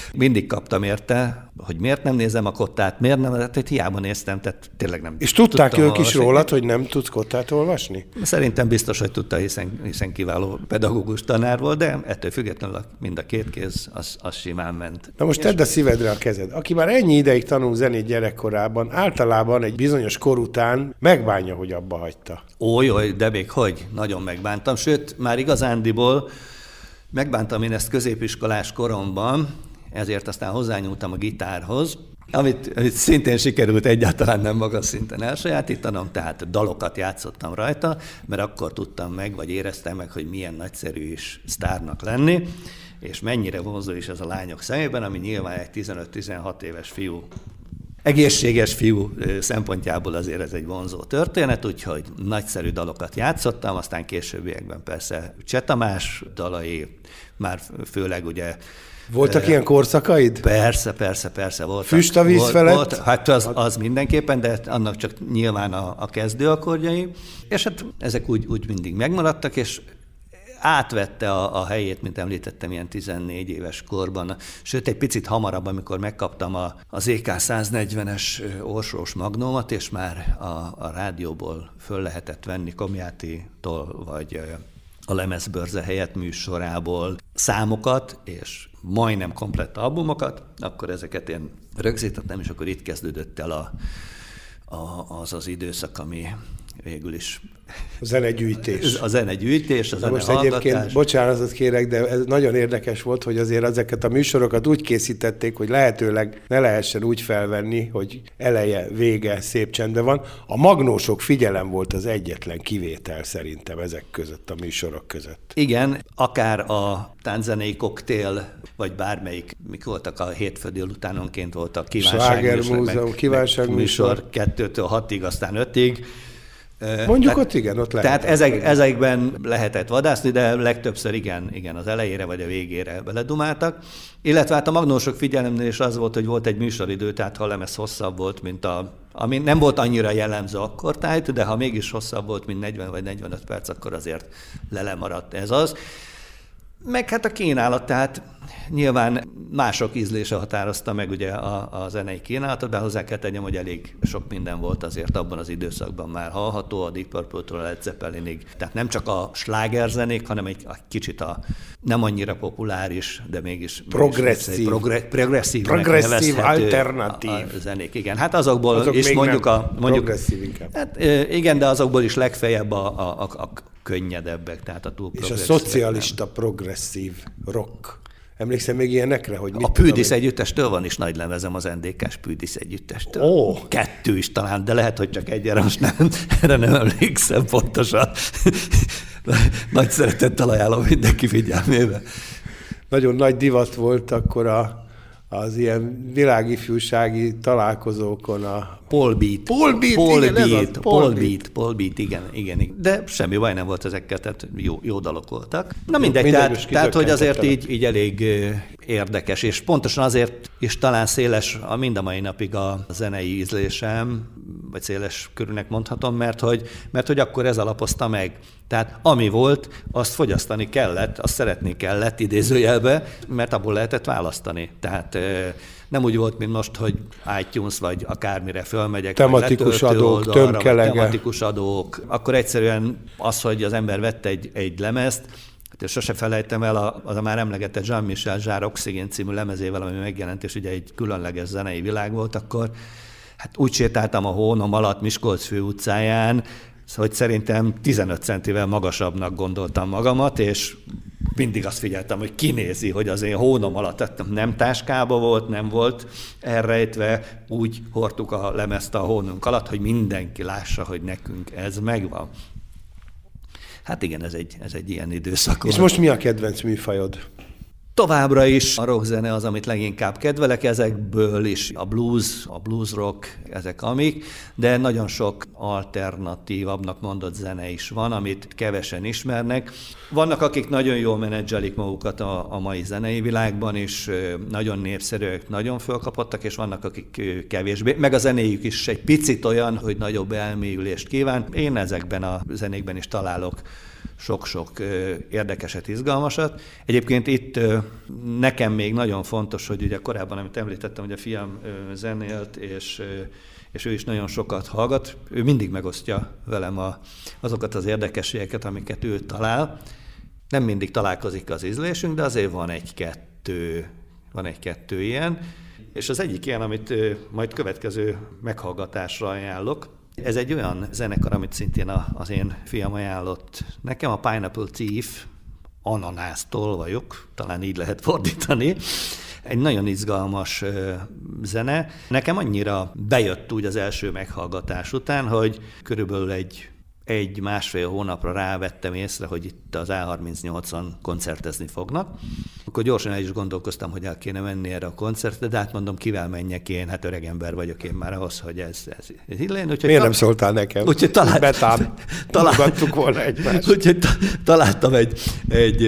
S2: Mindig kaptam érte, hogy miért nem nézem a Kottát, miért nem, tehát hiába néztem, tehát tényleg nem.
S1: És tudták ők olvasni. Is rólad, hogy nem tudsz Kottát olvasni?
S2: Szerintem biztos, hogy tudta, hiszen, hiszen kiváló pedagógus tanár volt, de ettől függetlenül mind a két kéz, az, az simán ment.
S1: Na most tedd a szívedre a kezed. Aki már ennyi ideig tanul zenét gyerekkorában, általában egy bizonyos kor után megbánja, hogy abba hagyta.
S2: Ó, oly, de még hogy? Nagyon megbántam. Sőt, már igazándiból megbántam én ezt középiskolás koromban, ezért aztán hozzányúltam a gitárhoz, amit, amit szintén sikerült egyáltalán nem magas szinten elsajátítanom, tehát dalokat játszottam rajta, mert akkor tudtam meg, vagy éreztem meg, hogy milyen nagyszerű is sztárnak lenni, és mennyire vonzó is ez a lányok szemében, ami nyilván egy tizenöt-tizenhat éves fiú, egészséges fiú szempontjából azért ez egy vonzó történet, úgyhogy nagyszerű dalokat játszottam, aztán későbbiekben persze Cseh Tamás dalai, már főleg ugye...
S1: Voltak e, ilyen korszakaid?
S2: Persze, persze, persze voltak.
S1: Füst a víz felett?
S2: Volt, hát az, az mindenképpen, de annak csak nyilván a, a kezdőakkordjai, és hát ezek úgy, úgy mindig megmaradtak, és átvette a, a helyét, mint említettem, ilyen tizennégy éves korban. Sőt, egy picit hamarabb, amikor megkaptam a, a zé ká száznegyvenes orsós magnómat, és már a, a rádióból föl lehetett venni Komjátitól, vagy a Lemezbörze helyett műsorából számokat, és majdnem komplett albumokat, akkor ezeket én rögzítettem, és akkor itt kezdődött el a, a, az az időszak, ami végül is...
S1: A zenegyűjtés.
S2: A zenegyűjtés, a
S1: zenehallgatás. Most egyébként, bocsánatot kérek, de ez nagyon érdekes volt, hogy azért ezeket a műsorokat úgy készítették, hogy lehetőleg ne lehessen úgy felvenni, hogy eleje, vége, szép csendben van. A magnósok figyelem volt az egyetlen kivétel szerintem ezek között, a műsorok között.
S2: Igen, akár a tánczenei koktél, vagy bármelyik, mik voltak a hétfő délutánonként volt a kívánságműsor, kívánságműsor kettőtől hatig, aztán ötig.
S1: Mondjuk tehát, ott igen, ott lehet.
S2: Tehát ezek, ezekben lehetett vadászni, de legtöbbször igen, igen, az elejére vagy a végére beledumáltak. Illetve hát a magnósok figyelemnél is az volt, hogy volt egy műsoridő, tehát ha a lemez hosszabb volt, mint a... Ami nem volt annyira jellemző akkortájt, de ha mégis hosszabb volt, mint negyven vagy negyvenöt perc, akkor azért lelemaradt ez az. Meg hát a kínálat, tehát nyilván mások ízlése határozta meg ugye a, a zenei kínálatot, de hozzá kell tegyem, hogy elég sok minden volt azért abban az időszakban már hallható, a Deep Purple-től a Led Zeppelinig. Tehát nem csak a slágerzenék, hanem egy, egy kicsit a nem annyira populáris, de mégis...
S1: Progresszív.
S2: Progre, progresszívnek
S1: progresszív, alternatív.
S2: A, a zenék, igen. Hát azokból
S1: Azok
S2: is mondjuk
S1: nem.
S2: a... Mondjuk,
S1: progresszív inkább.
S2: Hát igen, de azokból is legfeljebb a, a, a, a könnyedebbek, tehát a túl
S1: és a szocialista nem. Progresszív rock. Emlékszem még ilyenekre, hogy mit
S2: a Pűdisz együttestől van is nagy lemezem, az en dé ká-s Pűdisz együttestől.
S1: Ó.
S2: Kettő is talán, de lehet, hogy csak egyre, most nem, erre nem emlékszem pontosan. Nagy szeretettel ajánlom mindenki figyelmébe.
S1: Nagyon nagy divat volt akkor a az ilyen világifjúsági találkozókon a...
S2: Paul Beat.
S1: Paul Beat,
S2: Paul
S1: igen,
S2: Beat,
S1: ez az,
S2: Paul,
S1: Paul
S2: Beat.
S1: Beat.
S2: Paul Beat, igen, igen, igen. De semmi baj nem volt ezekkel, tehát jó, jó dalok voltak. Na mindegy,
S1: Minden
S2: tehát, tehát hogy azért így, így elég érdekes, és pontosan azért is talán széles a mind a mai napig a zenei ízlésem, vagy széles körülnek mondhatom, mert hogy, mert hogy akkor ez alapozta meg. Tehát ami volt, azt fogyasztani kellett, azt szeretni kellett idézőjelbe, mert abból lehetett választani. Tehát nem úgy volt, mint most, hogy iTunes vagy akármire fölmegyek.
S1: Tematikus adók, tömkelege.
S2: Tematikus adók. Akkor egyszerűen az, hogy az ember vett egy, egy lemezt, hát sose felejtem el a, az a már emlegetett Jean-Michel Jarre Oxygén című lemezével, ami megjelent, és ugye egy különleges zenei világ volt, akkor hát úgy sétáltam a hónom alatt Miskolc főutcáján, hogy szerintem tizenöt centivel magasabbnak gondoltam magamat, és mindig azt figyeltem, hogy kinézi, hogy az én hónom alatt nem táskába volt, nem volt elrejtve, úgy hordtuk a lemezt a hónunk alatt, hogy mindenki lássa, hogy nekünk ez megvan. Hát igen, ez egy, ez egy ilyen időszak.
S1: És most mi a kedvenc műfajod?
S2: Továbbra is a rockzene az, amit leginkább kedvelek, ezekből is a blues, a blues rock, ezek amik, de nagyon sok alternatívabbnak mondott zene is van, amit kevesen ismernek. Vannak, akik nagyon jól menedzselik magukat a, a mai zenei világban, és nagyon népszerűek, nagyon fölkapottak, és vannak, akik kevésbé. Meg a zenéjük is egy picit olyan, hogy nagyobb elmélyülést kíván. Én ezekben a zenékben is találok sok-sok érdekeset, izgalmasat. Egyébként itt nekem még nagyon fontos, hogy ugye korábban, amit említettem, hogy a fiam zenélt, és, és ő is nagyon sokat hallgat, ő mindig megosztja velem a, azokat az érdekességeket, amiket ő talál. Nem mindig találkozik az ízlésünk, de azért van egy-kettő, van egy-kettő ilyen. És az egyik ilyen, amit majd következő meghallgatásra ajánlok, ez egy olyan zenekar, amit szintén az én fiam ajánlott nekem, a Pineapple Thief, ananásztól vagyok, talán így lehet fordítani. Egy nagyon izgalmas zene. Nekem annyira bejött úgy az első meghallgatás után, hogy körülbelül egy egy másfél hónapra rávettem észre, hogy itt az á harmincnyolcon koncertezni fognak. Akkor gyorsan el is gondolkoztam, hogy el kéne menni erre a koncertre, de hát mondom, kivel menjek én, hát öreg ember vagyok én már ahhoz, hogy ez, ez, ez illén.
S1: Miért ta- nem szóltál nekem?
S2: Úgyhogy talált,
S1: Betám, találtuk volna egymást.
S2: Úgyhogy ta- találtam egy, egy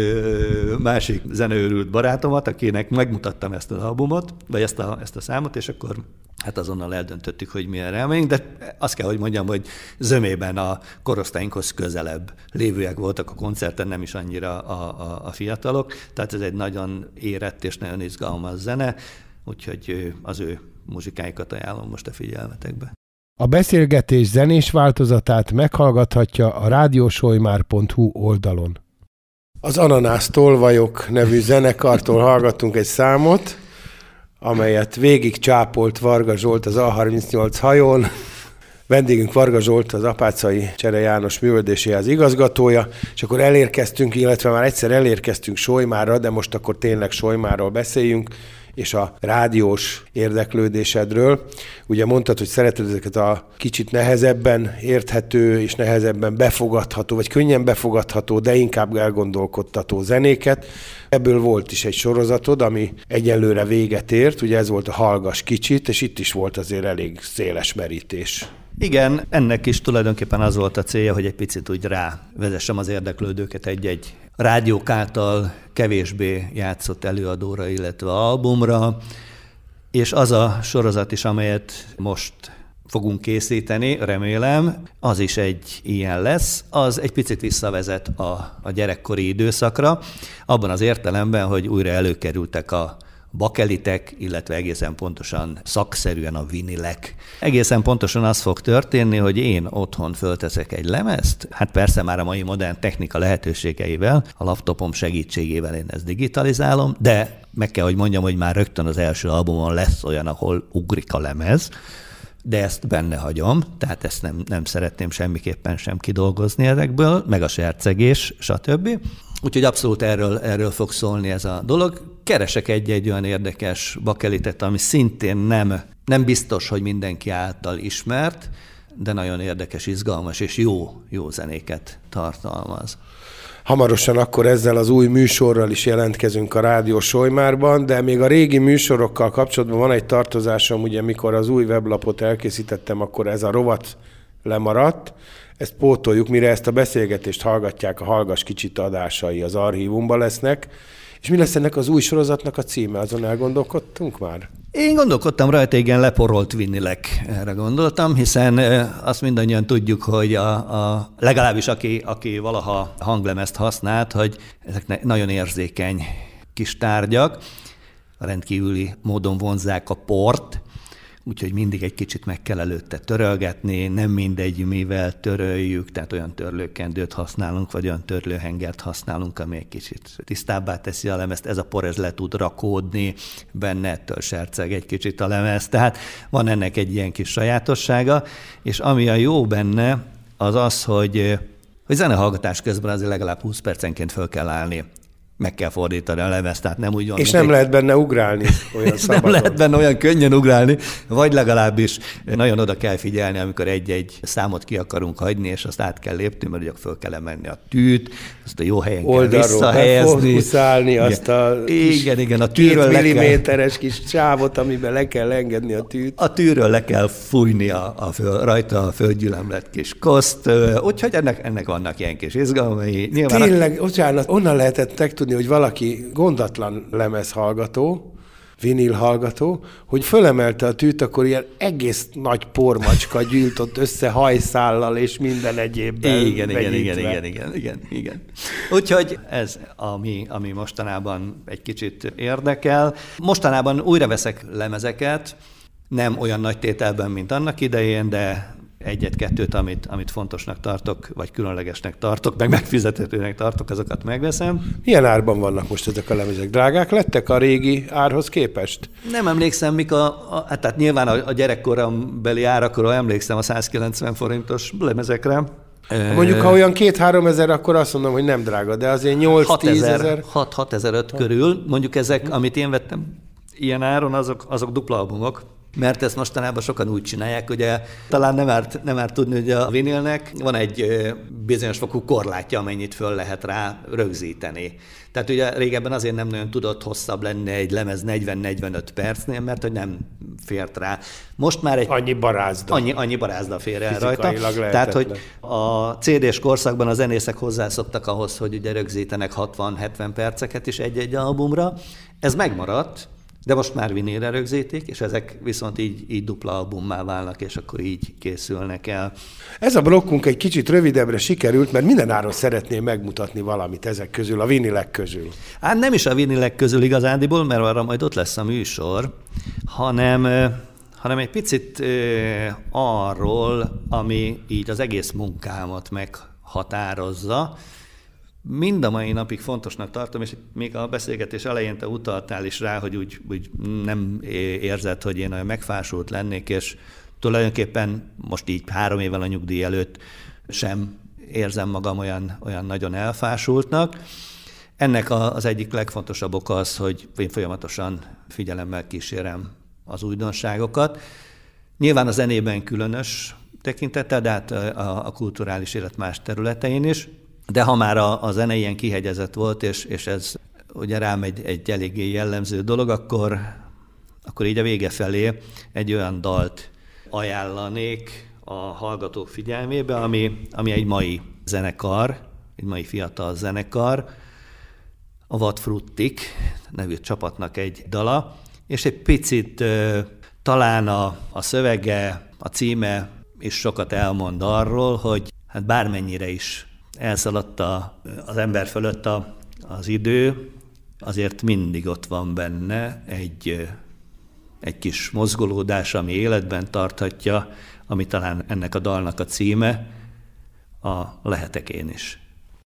S2: ö, másik zeneőrült barátomat, akinek megmutattam ezt az albumot, vagy ezt a, ezt a számot, és akkor hát azonnal eldöntöttük, hogy milyen elmegyünk, de azt kell, hogy mondjam, hogy zömében a korosztályunkhoz közelebb lévőek voltak a koncerten, nem is annyira a, a, a fiatalok, tehát ez egy nagyon érett és nagyon izgalmas zene, úgyhogy az ő muzsikáikat ajánlom most a figyelmetekbe.
S1: A beszélgetés zenés változatát meghallgathatja a rádiósolymár pont hu oldalon. Az Ananász Tolvajok nevű zenekartól hallgattunk egy számot, amelyet végig csápolt Varga Zsolt az á harmincnyolc hajón. Vendégünk Varga Zsolt, az Apáczai Csere János művelődéséhez igazgatója, és akkor elérkeztünk, illetve már egyszer elérkeztünk Solymárra, de most akkor tényleg Solymárról beszéljünk, és a rádiós érdeklődésedről. Ugye mondtad, hogy szereted ezeket a kicsit nehezebben érthető és nehezebben befogadható, vagy könnyen befogadható, de inkább elgondolkodtató zenéket. Ebből volt is egy sorozatod, ami egyelőre véget ért, ugye ez volt a Hallgass kicsit, és itt is volt azért elég széles merítés.
S2: Igen, ennek is tulajdonképpen az volt a célja, hogy egy picit úgy rávezessem az érdeklődőket egy-egy rádiók által kevésbé játszott előadóra, illetve albumra, és az a sorozat is, amelyet most fogunk készíteni, remélem, az is egy ilyen lesz, az egy picit visszavezet a, a gyerekkori időszakra, abban az értelemben, hogy újra előkerültek a bakelitek, illetve egészen pontosan szakszerűen a vinilek. Egészen pontosan az fog történni, hogy én otthon fölteszek egy lemezt, hát persze már a mai modern technika lehetőségeivel, a laptopom segítségével én ezt digitalizálom, de meg kell, hogy mondjam, hogy már rögtön az első albumon lesz olyan, ahol ugrik a lemez, de ezt benne hagyom, tehát ezt nem, nem szeretném semmiképpen sem kidolgozni ezekből, meg a sercegés, stb. Úgyhogy abszolút erről, erről fog szólni ez a dolog. Keresek egy-egy olyan érdekes bakelitet, ami szintén nem, nem biztos, hogy mindenki által ismert, de nagyon érdekes, izgalmas és jó, jó zenéket tartalmaz.
S1: Hamarosan akkor ezzel az új műsorral is jelentkezünk a Rádió Solymárban, de még a régi műsorokkal kapcsolatban van egy tartozásom, ugye mikor az új weblapot elkészítettem, akkor ez a rovat lemaradt. Ezt pótoljuk, mire ezt a beszélgetést hallgatják, a Hallgass kicsit adásai az archívumban lesznek. És mi lesz ennek az új sorozatnak a címe? Azon elgondolkodtunk már?
S2: Én gondolkodtam rajta, igen, leporolt vinilek, erre gondoltam, hiszen azt mindannyian tudjuk, hogy a, a, legalábbis aki, aki valaha hanglemezt használt, hogy ezek nagyon érzékeny kis tárgyak, rendkívüli módon vonzzák a port, úgyhogy mindig egy kicsit meg kell előtte törölgetni, nem mindegy, mivel töröljük, tehát olyan törlőkendőt használunk, vagy olyan törlőhengert használunk, ami egy kicsit tisztábbá teszi a lemezt, ez a por ez le tud rakódni, benne ettől serceg egy kicsit a lemez, tehát van ennek egy ilyen kis sajátossága, és ami a jó benne, az az, hogy, hogy zenehallgatás közben azért legalább húsz percenként föl kell állni. Meg kell fordítani a lemezt, tehát nem úgy van.
S1: És nem egy... lehet benne ugrálni olyan szabadon.
S2: Nem lehet benne olyan könnyen ugrálni, vagy legalábbis nagyon oda kell figyelni, amikor egy-egy számot ki akarunk hagyni, és azt át kell lépni, mert ugye föl kell emenni a tűt, azt a jó helyen
S1: oldalról
S2: kell visszahelyezni.
S1: Oldalról azt a
S2: igen, igen, a tűről
S1: két milliméteres kell... kis csávot, amiben le kell engedni a tűt.
S2: A tűről le kell fújni a, a föl, rajta a földgyülemlett kis koszt, úgyhogy ennek, ennek vannak ilyen kis izgalmai.
S1: Nyilván Tényleg, a... bocsánat, onnan lehetett megtudni, hogy valaki gondatlan lemezhallgató, vinil hallgató, hogy fölemelte a tűt, akkor ilyen egész nagy pormacska gyűlt ott össze hajszállal és minden egyébben.
S2: Igen, igen, igen, igen, igen, igen, igen. Úgyhogy ez, ami, ami mostanában egy kicsit érdekel. Mostanában újra veszek lemezeket, nem olyan nagy tételben, mint annak idején, de egyet-kettőt, amit, amit fontosnak tartok, vagy különlegesnek tartok, meg megfizethetőnek tartok, azokat megveszem.
S1: Milyen árban vannak most ezek a lemezek? Drágák lettek a régi árhoz képest?
S2: Nem emlékszem, mik a, a hát tehát nyilván a, a gyerekkorambeli árakról emlékszem a százkilencven forintos lemezekre.
S1: Mondjuk, ha olyan két-három ezer, akkor azt mondom, hogy nem drága, de azért nyolc-tíz ezer.
S2: hat-ezer-öt körül. Mondjuk ezek, amit én vettem ilyen áron, azok, azok dupla albumok. Mert ezt mostanában sokan úgy csinálják, ugye talán nem árt, nem árt tudni, hogy a vinilnek van egy bizonyos fokú korlátja, amennyit föl lehet rá rögzíteni. Tehát ugye régebben azért nem nagyon tudott hosszabb lenni egy lemez negyven-negyvenöt percnél, mert hogy nem fért rá. Most már egy...
S1: Annyi barázda.
S2: Annyi, annyi barázda fér el rajta. Tehát, hogy a cé dés korszakban a zenészek hozzászoktak ahhoz, hogy ugye rögzítenek hatvan-hetven perceket is egy-egy albumra. Ez megmaradt, de most már vinilre rögzítik, és ezek viszont így, így dupla albummá válnak, és akkor így készülnek el.
S1: Ez a blokkunk egy kicsit rövidebbre sikerült, mert minden áron szeretném megmutatni valamit ezek közül, a vinilek közül.
S2: Hát nem is a vinilek közül igazándiból, mert arra majd ott lesz a műsor, hanem, hanem egy picit arról, ami így az egész munkámat meghatározza. Mind a mai napig fontosnak tartom, és még a beszélgetés elején te utaltál is rá, hogy úgy, úgy nem érzed, hogy én olyan megfásult lennék, és tulajdonképpen most így három évvel a nyugdíj előtt sem érzem magam olyan, olyan nagyon elfásultnak. Ennek az egyik legfontosabb oka az, hogy én folyamatosan figyelemmel kísérem az újdonságokat. Nyilván a zenében különös tekintettel, de hát a, a kulturális élet más területein is. De ha már a, a zene ilyen kihegyezett volt, és, és ez ugye rám egy, egy eléggé jellemző dolog, akkor, akkor így a vége felé egy olyan dalt ajánlanék a hallgatók figyelmébe, ami, ami egy mai zenekar, egy mai fiatal zenekar, a Vad Fruttik nevű csapatnak egy dala, és egy picit talán a, a szövege, a címe is sokat elmond arról, hogy hát bármennyire is elszaladt a, az ember fölött a, az idő, azért mindig ott van benne egy, egy kis mozgolódás, ami életben tarthatja, ami talán ennek a dalnak a címe, a Lehetek én is.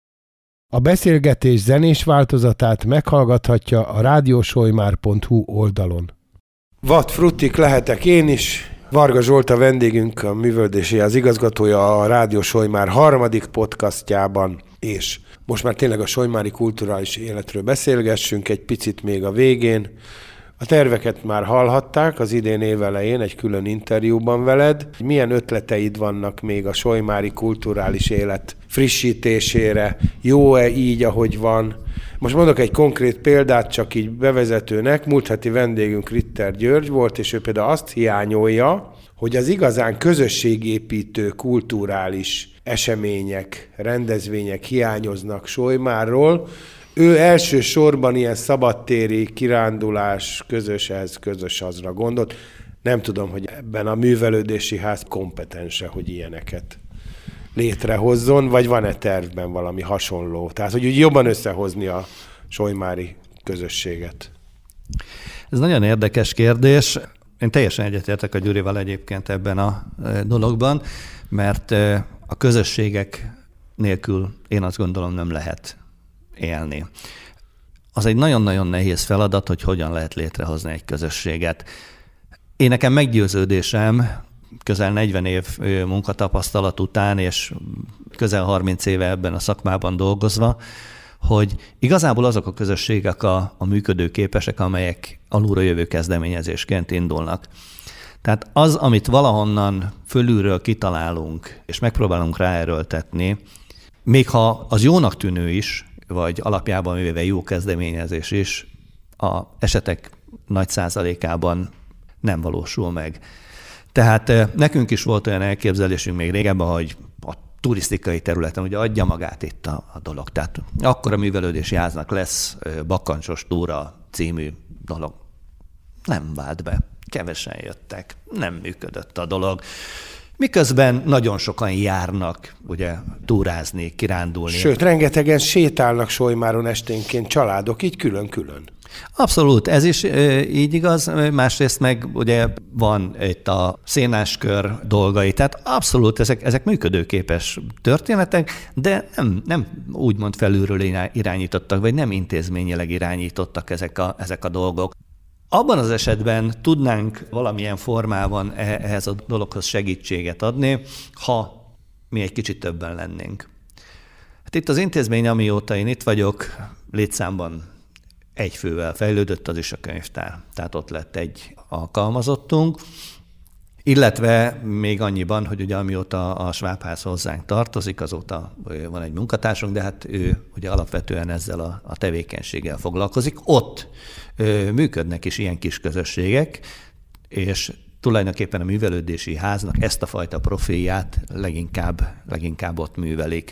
S1: A beszélgetés zenés változatát meghallgathatja a rádiósolymár pont hu oldalon. Vad Fruttik, Lehetek én is. Varga Zsolt a vendégünk, a művöldési az igazgatója a Rádió Solymár harmadik podcastjában, és most már tényleg a solymári kulturális életről beszélgessünk egy picit még a végén. A terveket már hallhatták az idén évelején egy külön interjúban veled. Milyen ötleteid vannak még a solymári kulturális élet frissítésére? Jó-e így, ahogy van? Most mondok egy konkrét példát, csak így bevezetőnek. Múlt heti vendégünk Ritter György volt, és ő például azt hiányolja, hogy az igazán közösségépítő kulturális események, rendezvények hiányoznak Solymárról. Ő elsősorban ilyen szabadtéri kirándulás, közös ez, közös azra gondolt. Nem tudom, hogy ebben a művelődési ház kompetense, hogy ilyeneket létrehozzon, vagy van-e tervben valami hasonló? Tehát, hogy úgy jobban összehozni a solymári közösséget.
S2: Ez nagyon érdekes kérdés. Én teljesen egyetértek a Gyurival egyébként ebben a dologban, mert a közösségek nélkül én azt gondolom nem lehet élni. Az egy nagyon-nagyon nehéz feladat, hogy hogyan lehet létrehozni egy közösséget. Én nekem meggyőződésem, közel negyven év munkatapasztalat után, és közel harminc éve ebben a szakmában dolgozva, hogy igazából azok a közösségek a, a működőképesek, amelyek alulról jövő kezdeményezésként indulnak. Tehát az, amit valahonnan fölülről kitalálunk, és megpróbálunk ráerőltetni, még ha az jónak tűnő is, vagy alapjában véve jó kezdeményezés is, a esetek nagy százalékában nem valósul meg. Tehát nekünk is volt olyan elképzelésünk még régebben, hogy a turisztikai területen ugye adja magát itt a, a dolog. Tehát akkor a művelődési háznak lesz Bakkancsos túra című dolog. nem vált be. Kevesen jöttek, nem működött a dolog. Miközben nagyon sokan járnak, ugye, túrázni, kirándulni.
S1: Sőt, rengetegen sétálnak Solymáron esténként családok, így külön-külön.
S2: Abszolút, ez is e, így igaz, másrészt meg ugye van itt a szénáskör dolgai, tehát abszolút ezek, ezek működőképes történetek, de nem, nem úgymond felülről irányítottak, vagy nem intézményileg irányítottak ezek a, ezek a dolgok. Abban az esetben tudnánk valamilyen formában ehhez a dologhoz segítséget adni, ha mi egy kicsit többen lennénk. Hát itt az intézmény, amióta én itt vagyok, létszámban egy fővel fejlődött, az is a könyvtár. Tehát ott lett egy alkalmazottunk, illetve még annyiban, hogy ugye amióta a Schwab-ház hozzánk tartozik, azóta van egy munkatársunk, de hát ő ugye alapvetően ezzel a, a tevékenységgel foglalkozik. Ott ö, működnek is ilyen kis közösségek, és tulajdonképpen a művelődési háznak ezt a fajta profilját leginkább, leginkább ott művelik.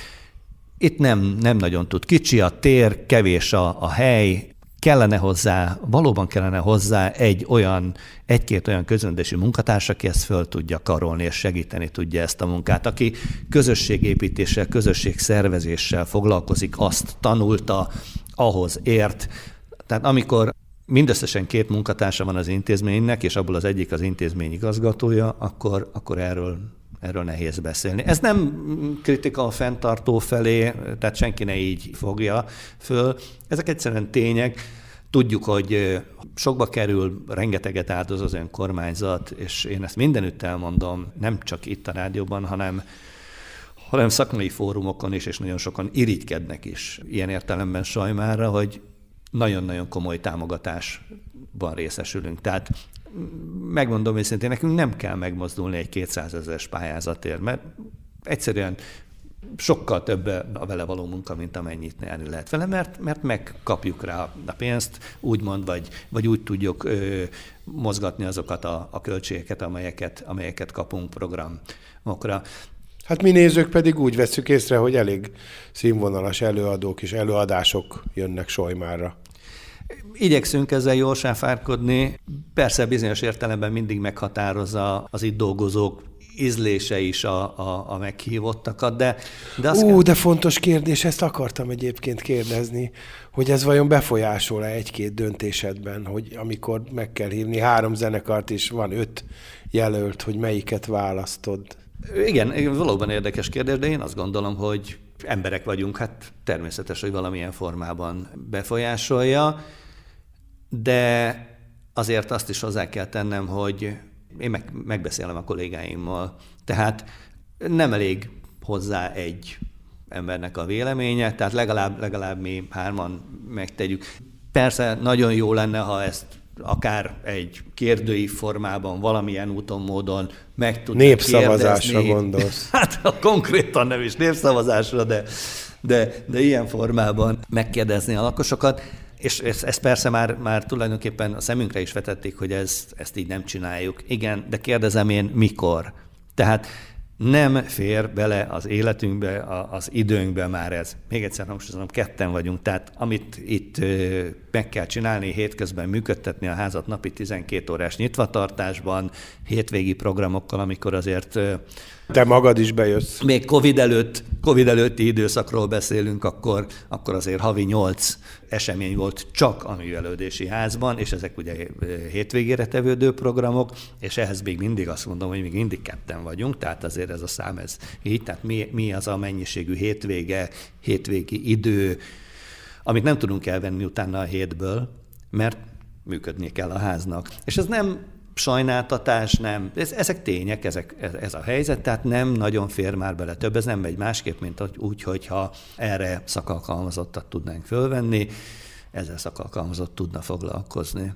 S2: Itt nem, nem nagyon tud, kicsi a tér, kevés a, a hely, kellene hozzá, valóban kellene hozzá egy olyan, egy-két olyan közrendési munkatárs, aki ezt föl tudja karolni és segíteni tudja ezt a munkát, aki közösségépítéssel, közösségszervezéssel foglalkozik, azt tanulta, ahhoz ért. Tehát amikor mindösszesen két munkatársa van az intézménynek, és abból az egyik az intézmény igazgatója, akkor, akkor erről Erről nehéz beszélni. Ez nem kritika a fenntartó felé, tehát senki ne így fogja föl. Ezek egyszerűen tények. Tudjuk, hogy sokba kerül, rengeteget áldoz az önkormányzat, és én ezt mindenütt elmondom, nem csak itt a rádióban, hanem, hanem szakmai fórumokon is, és nagyon sokan irigykednek is ilyen értelemben Solymára, hogy nagyon-nagyon komoly támogatásban részesülünk. Tehát megmondom őszintén, nekünk nem kell megmozdulni egy kétszázezeres pályázatért, mert egyszerűen sokkal több a vele való munka, mint amennyit nyerni lehet vele, mert, mert megkapjuk rá a pénzt, úgymond, vagy, vagy úgy tudjuk ö, mozgatni azokat a, a költségeket, amelyeket, amelyeket kapunk programokra.
S1: Hát mi nézők pedig úgy vesszük észre, hogy elég színvonalas előadók és előadások jönnek Solymárra.
S2: Igyekszünk ezzel jól sáfárkodni. Persze bizonyos értelemben mindig meghatározza az itt dolgozók ízlése is a, a, a meghívottakat, de... de
S1: Ú, kell... de fontos kérdés, ezt akartam egyébként kérdezni, hogy ez vajon befolyásol-e egy-két döntésedben, hogy amikor meg kell hívni három zenekart, és van öt jelölt, hogy melyiket választod?
S2: Igen, valóban érdekes kérdés, de én azt gondolom, hogy emberek vagyunk, hát természetes, hogy valamilyen formában befolyásolja, de azért azt is hozzá kell tennem, hogy én meg, megbeszélem a kollégáimmal. Tehát nem elég hozzá egy embernek a véleménye, tehát legalább, legalább mi hárman megtegyük. Persze nagyon jó lenne, ha ezt akár egy kérdői formában, valamilyen úton, módon meg tudnak
S1: népszavazásra
S2: kérdezni.
S1: Gondolsz.
S2: Hát konkrétan nem is népszavazásra, de, de, de ilyen formában megkérdezni a lakosokat. És ezt persze már, már tulajdonképpen a szemünkre is vetették, hogy ez, ezt így nem csináljuk. Igen, de kérdezem én, mikor? Tehát nem fér bele az életünkbe, az időnkbe már ez. Még egyszer hangsúlyozom, ketten vagyunk, tehát amit itt meg kell csinálni, hétközben működtetni a házat napi tizenkét órás nyitvatartásban, hétvégi programokkal, amikor azért...
S1: Te magad is bejössz.
S2: Még Covid előtt, Covid előtti időszakról beszélünk, akkor, akkor azért havi nyolc esemény volt csak a művelődési házban, és ezek ugye hétvégére tevődő programok, és ehhez még mindig azt mondom, hogy még mindig ketten vagyunk, tehát azért ez a szám ez így, tehát mi, mi az a mennyiségű hétvége, hétvégi idő, amit nem tudunk elvenni utána a hétből, mert működnie kell a háznak. És ez nem sajnáltatás, nem. Ez, ezek tények, ezek, ez, ez a helyzet, tehát nem nagyon fér már bele több. Ez nem megy másképp, mint úgy, hogyha erre szakalkalmazottat tudnánk fölvenni, ezzel szakalkalmazott tudna foglalkozni.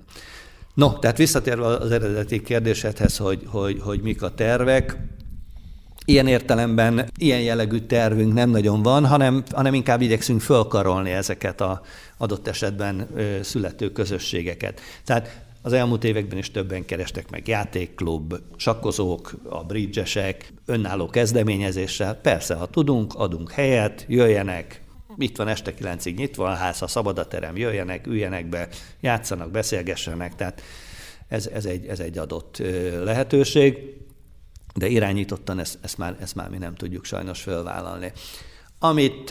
S2: No, tehát visszatérve az eredeti kérdésedhez, hogy, hogy, hogy mik a tervek, ilyen értelemben ilyen jellegű tervünk nem nagyon van, hanem, hanem inkább igyekszünk fölkarolni ezeket az adott esetben ö, születő közösségeket. Tehát az elmúlt években is többen kerestek meg játékklub, sakkozók, a bridgesek, önálló kezdeményezéssel. Persze, ha tudunk, adunk helyet, jöjjenek, itt van este kilencig nyitva a ház, ha szabad a terem, jöjjenek, üljenek be, játszanak, beszélgessenek. Tehát ez, ez, egy, ez egy adott lehetőség, de irányítottan ezt, ezt, már, ezt már mi nem tudjuk sajnos fölvállalni. Amit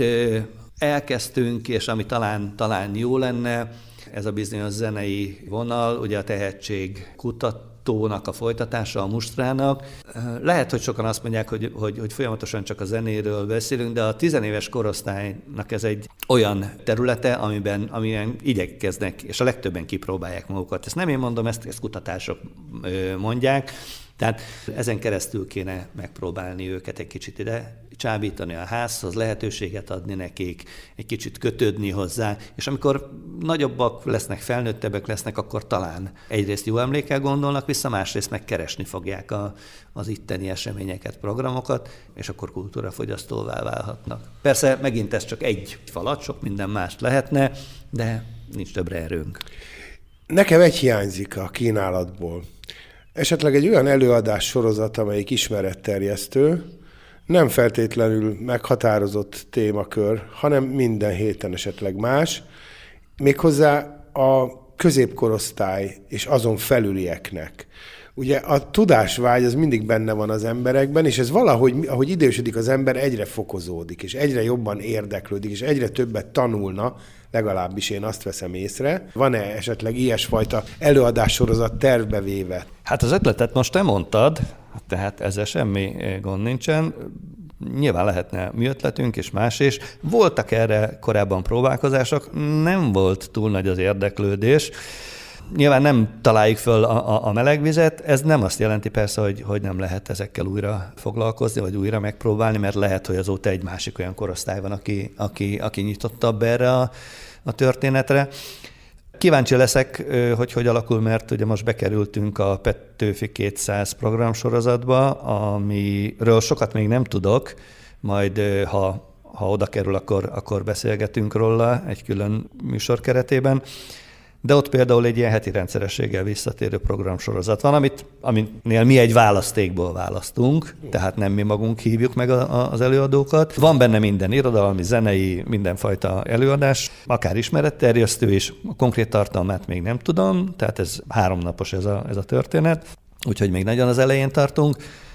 S2: elkezdtünk, és ami talán, talán jó lenne, ez a bizonyos zenei vonal, ugye a tehetség kutatónak a folytatása, a mustrának. Lehet, hogy sokan azt mondják, hogy, hogy, hogy folyamatosan csak a zenéről beszélünk, de a tizenéves korosztálynak ez egy olyan területe, amiben, amiben igyekeznek, és a legtöbben kipróbálják magukat. Ezt nem én mondom, ezt, ezt kutatások mondják. Tehát ezen keresztül kéne megpróbálni őket egy kicsit ide csábítani a házhoz, lehetőséget adni nekik, egy kicsit kötődni hozzá, és amikor nagyobbak lesznek, felnőttebbek lesznek, akkor talán egyrészt jó emlékkel gondolnak vissza, másrészt megkeresni fogják a, az itteni eseményeket, programokat, és akkor kultúrafogyasztóvá válhatnak. Persze megint ez csak egy falat, sok minden mást lehetne, de nincs többre erőnk.
S1: Nekem egy hiányzik a kínálatból. Esetleg egy olyan előadás sorozat, amelyik ismeretterjesztő, nem feltétlenül meghatározott témakör, hanem minden héten esetleg más, méghozzá a középkorosztály és azon felülieknek. Ugye a tudásvágy az mindig benne van az emberekben, és ez valahogy, ahogy idősödik az ember, egyre fokozódik, és egyre jobban érdeklődik, és egyre többet tanulna, legalábbis én azt veszem észre. Van-e esetleg ilyesfajta előadássorozat tervbe véve?
S2: Hát az ötletet most te mondtad, tehát ezzel semmi gond nincsen. Nyilván lehetne mi ötletünk és más is. Voltak erre korábban próbálkozások, nem volt túl nagy az érdeklődés. Nyilván nem találjuk föl a, a, a melegvizet, ez nem azt jelenti persze, hogy, hogy nem lehet ezekkel újra foglalkozni, vagy újra megpróbálni, mert lehet, hogy azóta egy másik olyan korosztály van, aki, aki, aki nyitottabb erre a, a történetre. Kíváncsi leszek, hogy hogy alakul, mert ugye most bekerültünk a Petőfi kétszáz programsorozatba, amiről sokat még nem tudok, majd ha, ha oda kerül, akkor, akkor beszélgetünk róla egy külön műsor keretében. De ott például egy ilyen heti rendszerességgel visszatérő programsorozat van, amit, aminél mi egy választékból választunk, tehát nem mi magunk hívjuk meg a, a, az előadókat. Van benne minden irodalmi, zenei, mindenfajta előadás, akár ismeretterjesztő is, a konkrét tartalmát még nem tudom, tehát ez háromnapos ez a, ez a történet, úgyhogy még nagyon az elején tartunk,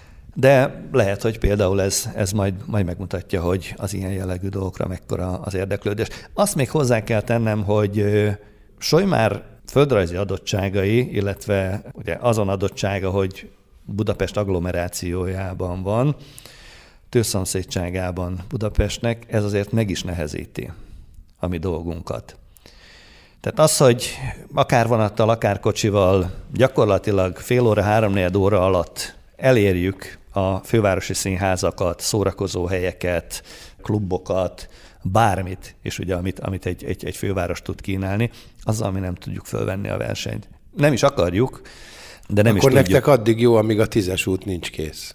S2: de lehet, hogy például ez, ez majd, majd megmutatja, hogy az ilyen jellegű dolgokra mekkora az érdeklődés. Azt még hozzá kell tennem, hogy Solymár földrajzi adottságai, illetve ugye azon adottsága, hogy Budapest agglomerációjában van, tőszomszédságában Budapestnek, ez azért meg is nehezíti a mi dolgunkat. Tehát az, hogy akár vonattal, akár kocsival gyakorlatilag fél óra, háromnegyed óra alatt elérjük a fővárosi színházakat, szórakozó helyeket, klubokat, bármit, és ugye amit, amit egy, egy, egy főváros tud kínálni, azzal mi nem tudjuk fölvenni a versenyt. Nem is akarjuk, de nem
S1: Akkor
S2: is tudjuk.
S1: Akkor nektek addig jó, amíg a tízes út nincs kész.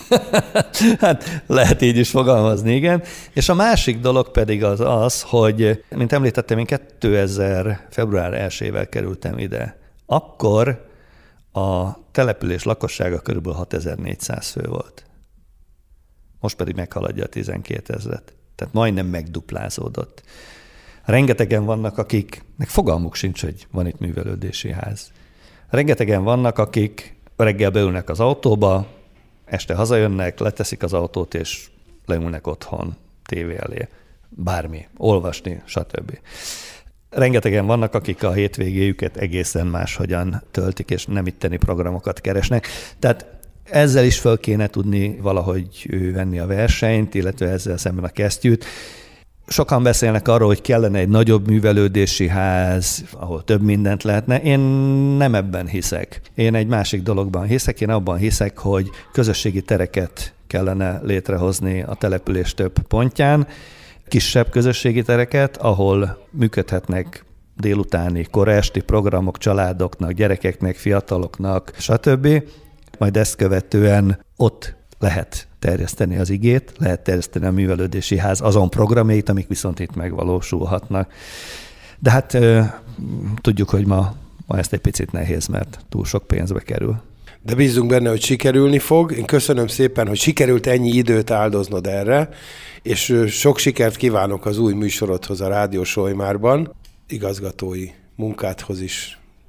S2: Hát lehet így is fogalmazni, igen. És a másik dolog pedig az az, hogy, mint említettem, én kétezer február elsejével kerültem ide. Akkor a település lakossága körülbelül hatezer-négyszáz fő volt. Most pedig meghaladja a tizenkétezret. Tehát majdnem megduplázódott. Rengetegen vannak, akiknek fogalmuk sincs, hogy van itt művelődési ház. Rengetegen vannak, akik reggel beülnek az autóba, este hazajönnek, leteszik az autót, és leülnek otthon tévé elé. Bármi, olvasni, stb. Rengetegen vannak, akik a hétvégéjüket egészen máshogyan töltik, és nem itteni programokat keresnek. Tehát ezzel is föl kéne tudni valahogy venni a versenyt, illetve ezzel szemben a kesztyűt. Sokan beszélnek arról, hogy kellene egy nagyobb művelődési ház, ahol több mindent lehetne. Én nem ebben hiszek. Én egy másik dologban hiszek. Én abban hiszek, hogy közösségi tereket kellene létrehozni a település több pontján, kisebb közösségi tereket, ahol működhetnek délutáni, kora esti programok családoknak, gyerekeknek, fiataloknak, stb. Majd ezt követően ott lehet terjeszteni az igét, lehet terjeszteni a művelődési ház azon programjait, amik viszont itt megvalósulhatnak. De hát ö, tudjuk, hogy ma, ma ezt egy picit nehéz, mert túl sok pénzbe kerül.
S1: De bízunk benne, hogy sikerülni fog. Én köszönöm szépen, hogy sikerült ennyi időt áldoznod erre, és sok sikert kívánok az új műsorodhoz a Rádió Solymárban. Igazgatói munkádhoz is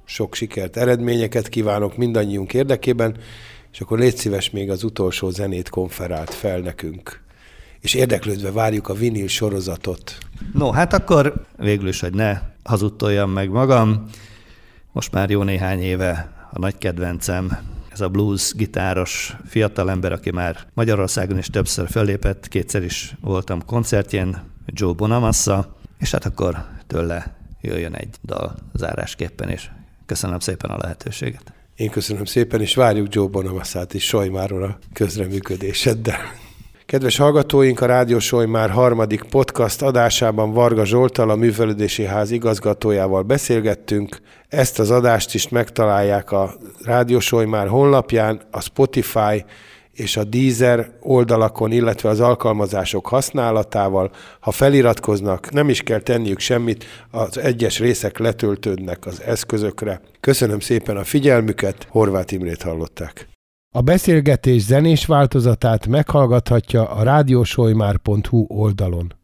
S1: sok sikert, eredményeket kívánok mindannyiunk érdekében, és akkor légy szíves, még az utolsó zenét konferált fel nekünk. És érdeklődve várjuk a vinil sorozatot.
S2: No, hát akkor végül is, hogy ne hazudtoljam meg magam. Most már jó néhány éve a nagy kedvencem, ez a blues gitáros fiatalember, aki már Magyarországon is többször fellépett, kétszer is voltam koncertjén, Joe Bonamassa, és hát akkor tőle jöjjön egy dal zárásképpen, és köszönöm szépen a lehetőséget.
S1: Én köszönöm szépen, és várjuk Joe Bonamassát is Solymáron a közreműködéseddel. Kedves hallgatóink, a Rádió Solymár harmadik podcast adásában Varga Zsolttal, a Művelődési Ház igazgatójával beszélgettünk. Ezt az adást is megtalálják a Rádió Solymár honlapján, a Spotify és a Deezer oldalakon, illetve az alkalmazások használatával. Ha feliratkoznak, nem is kell tenniük semmit, az egyes részek letöltődnek az eszközökre. Köszönöm szépen a figyelmüket, Horváth Imrét hallották. A beszélgetés zenés változatát meghallgathatja a rádiósolymár pont hu oldalon.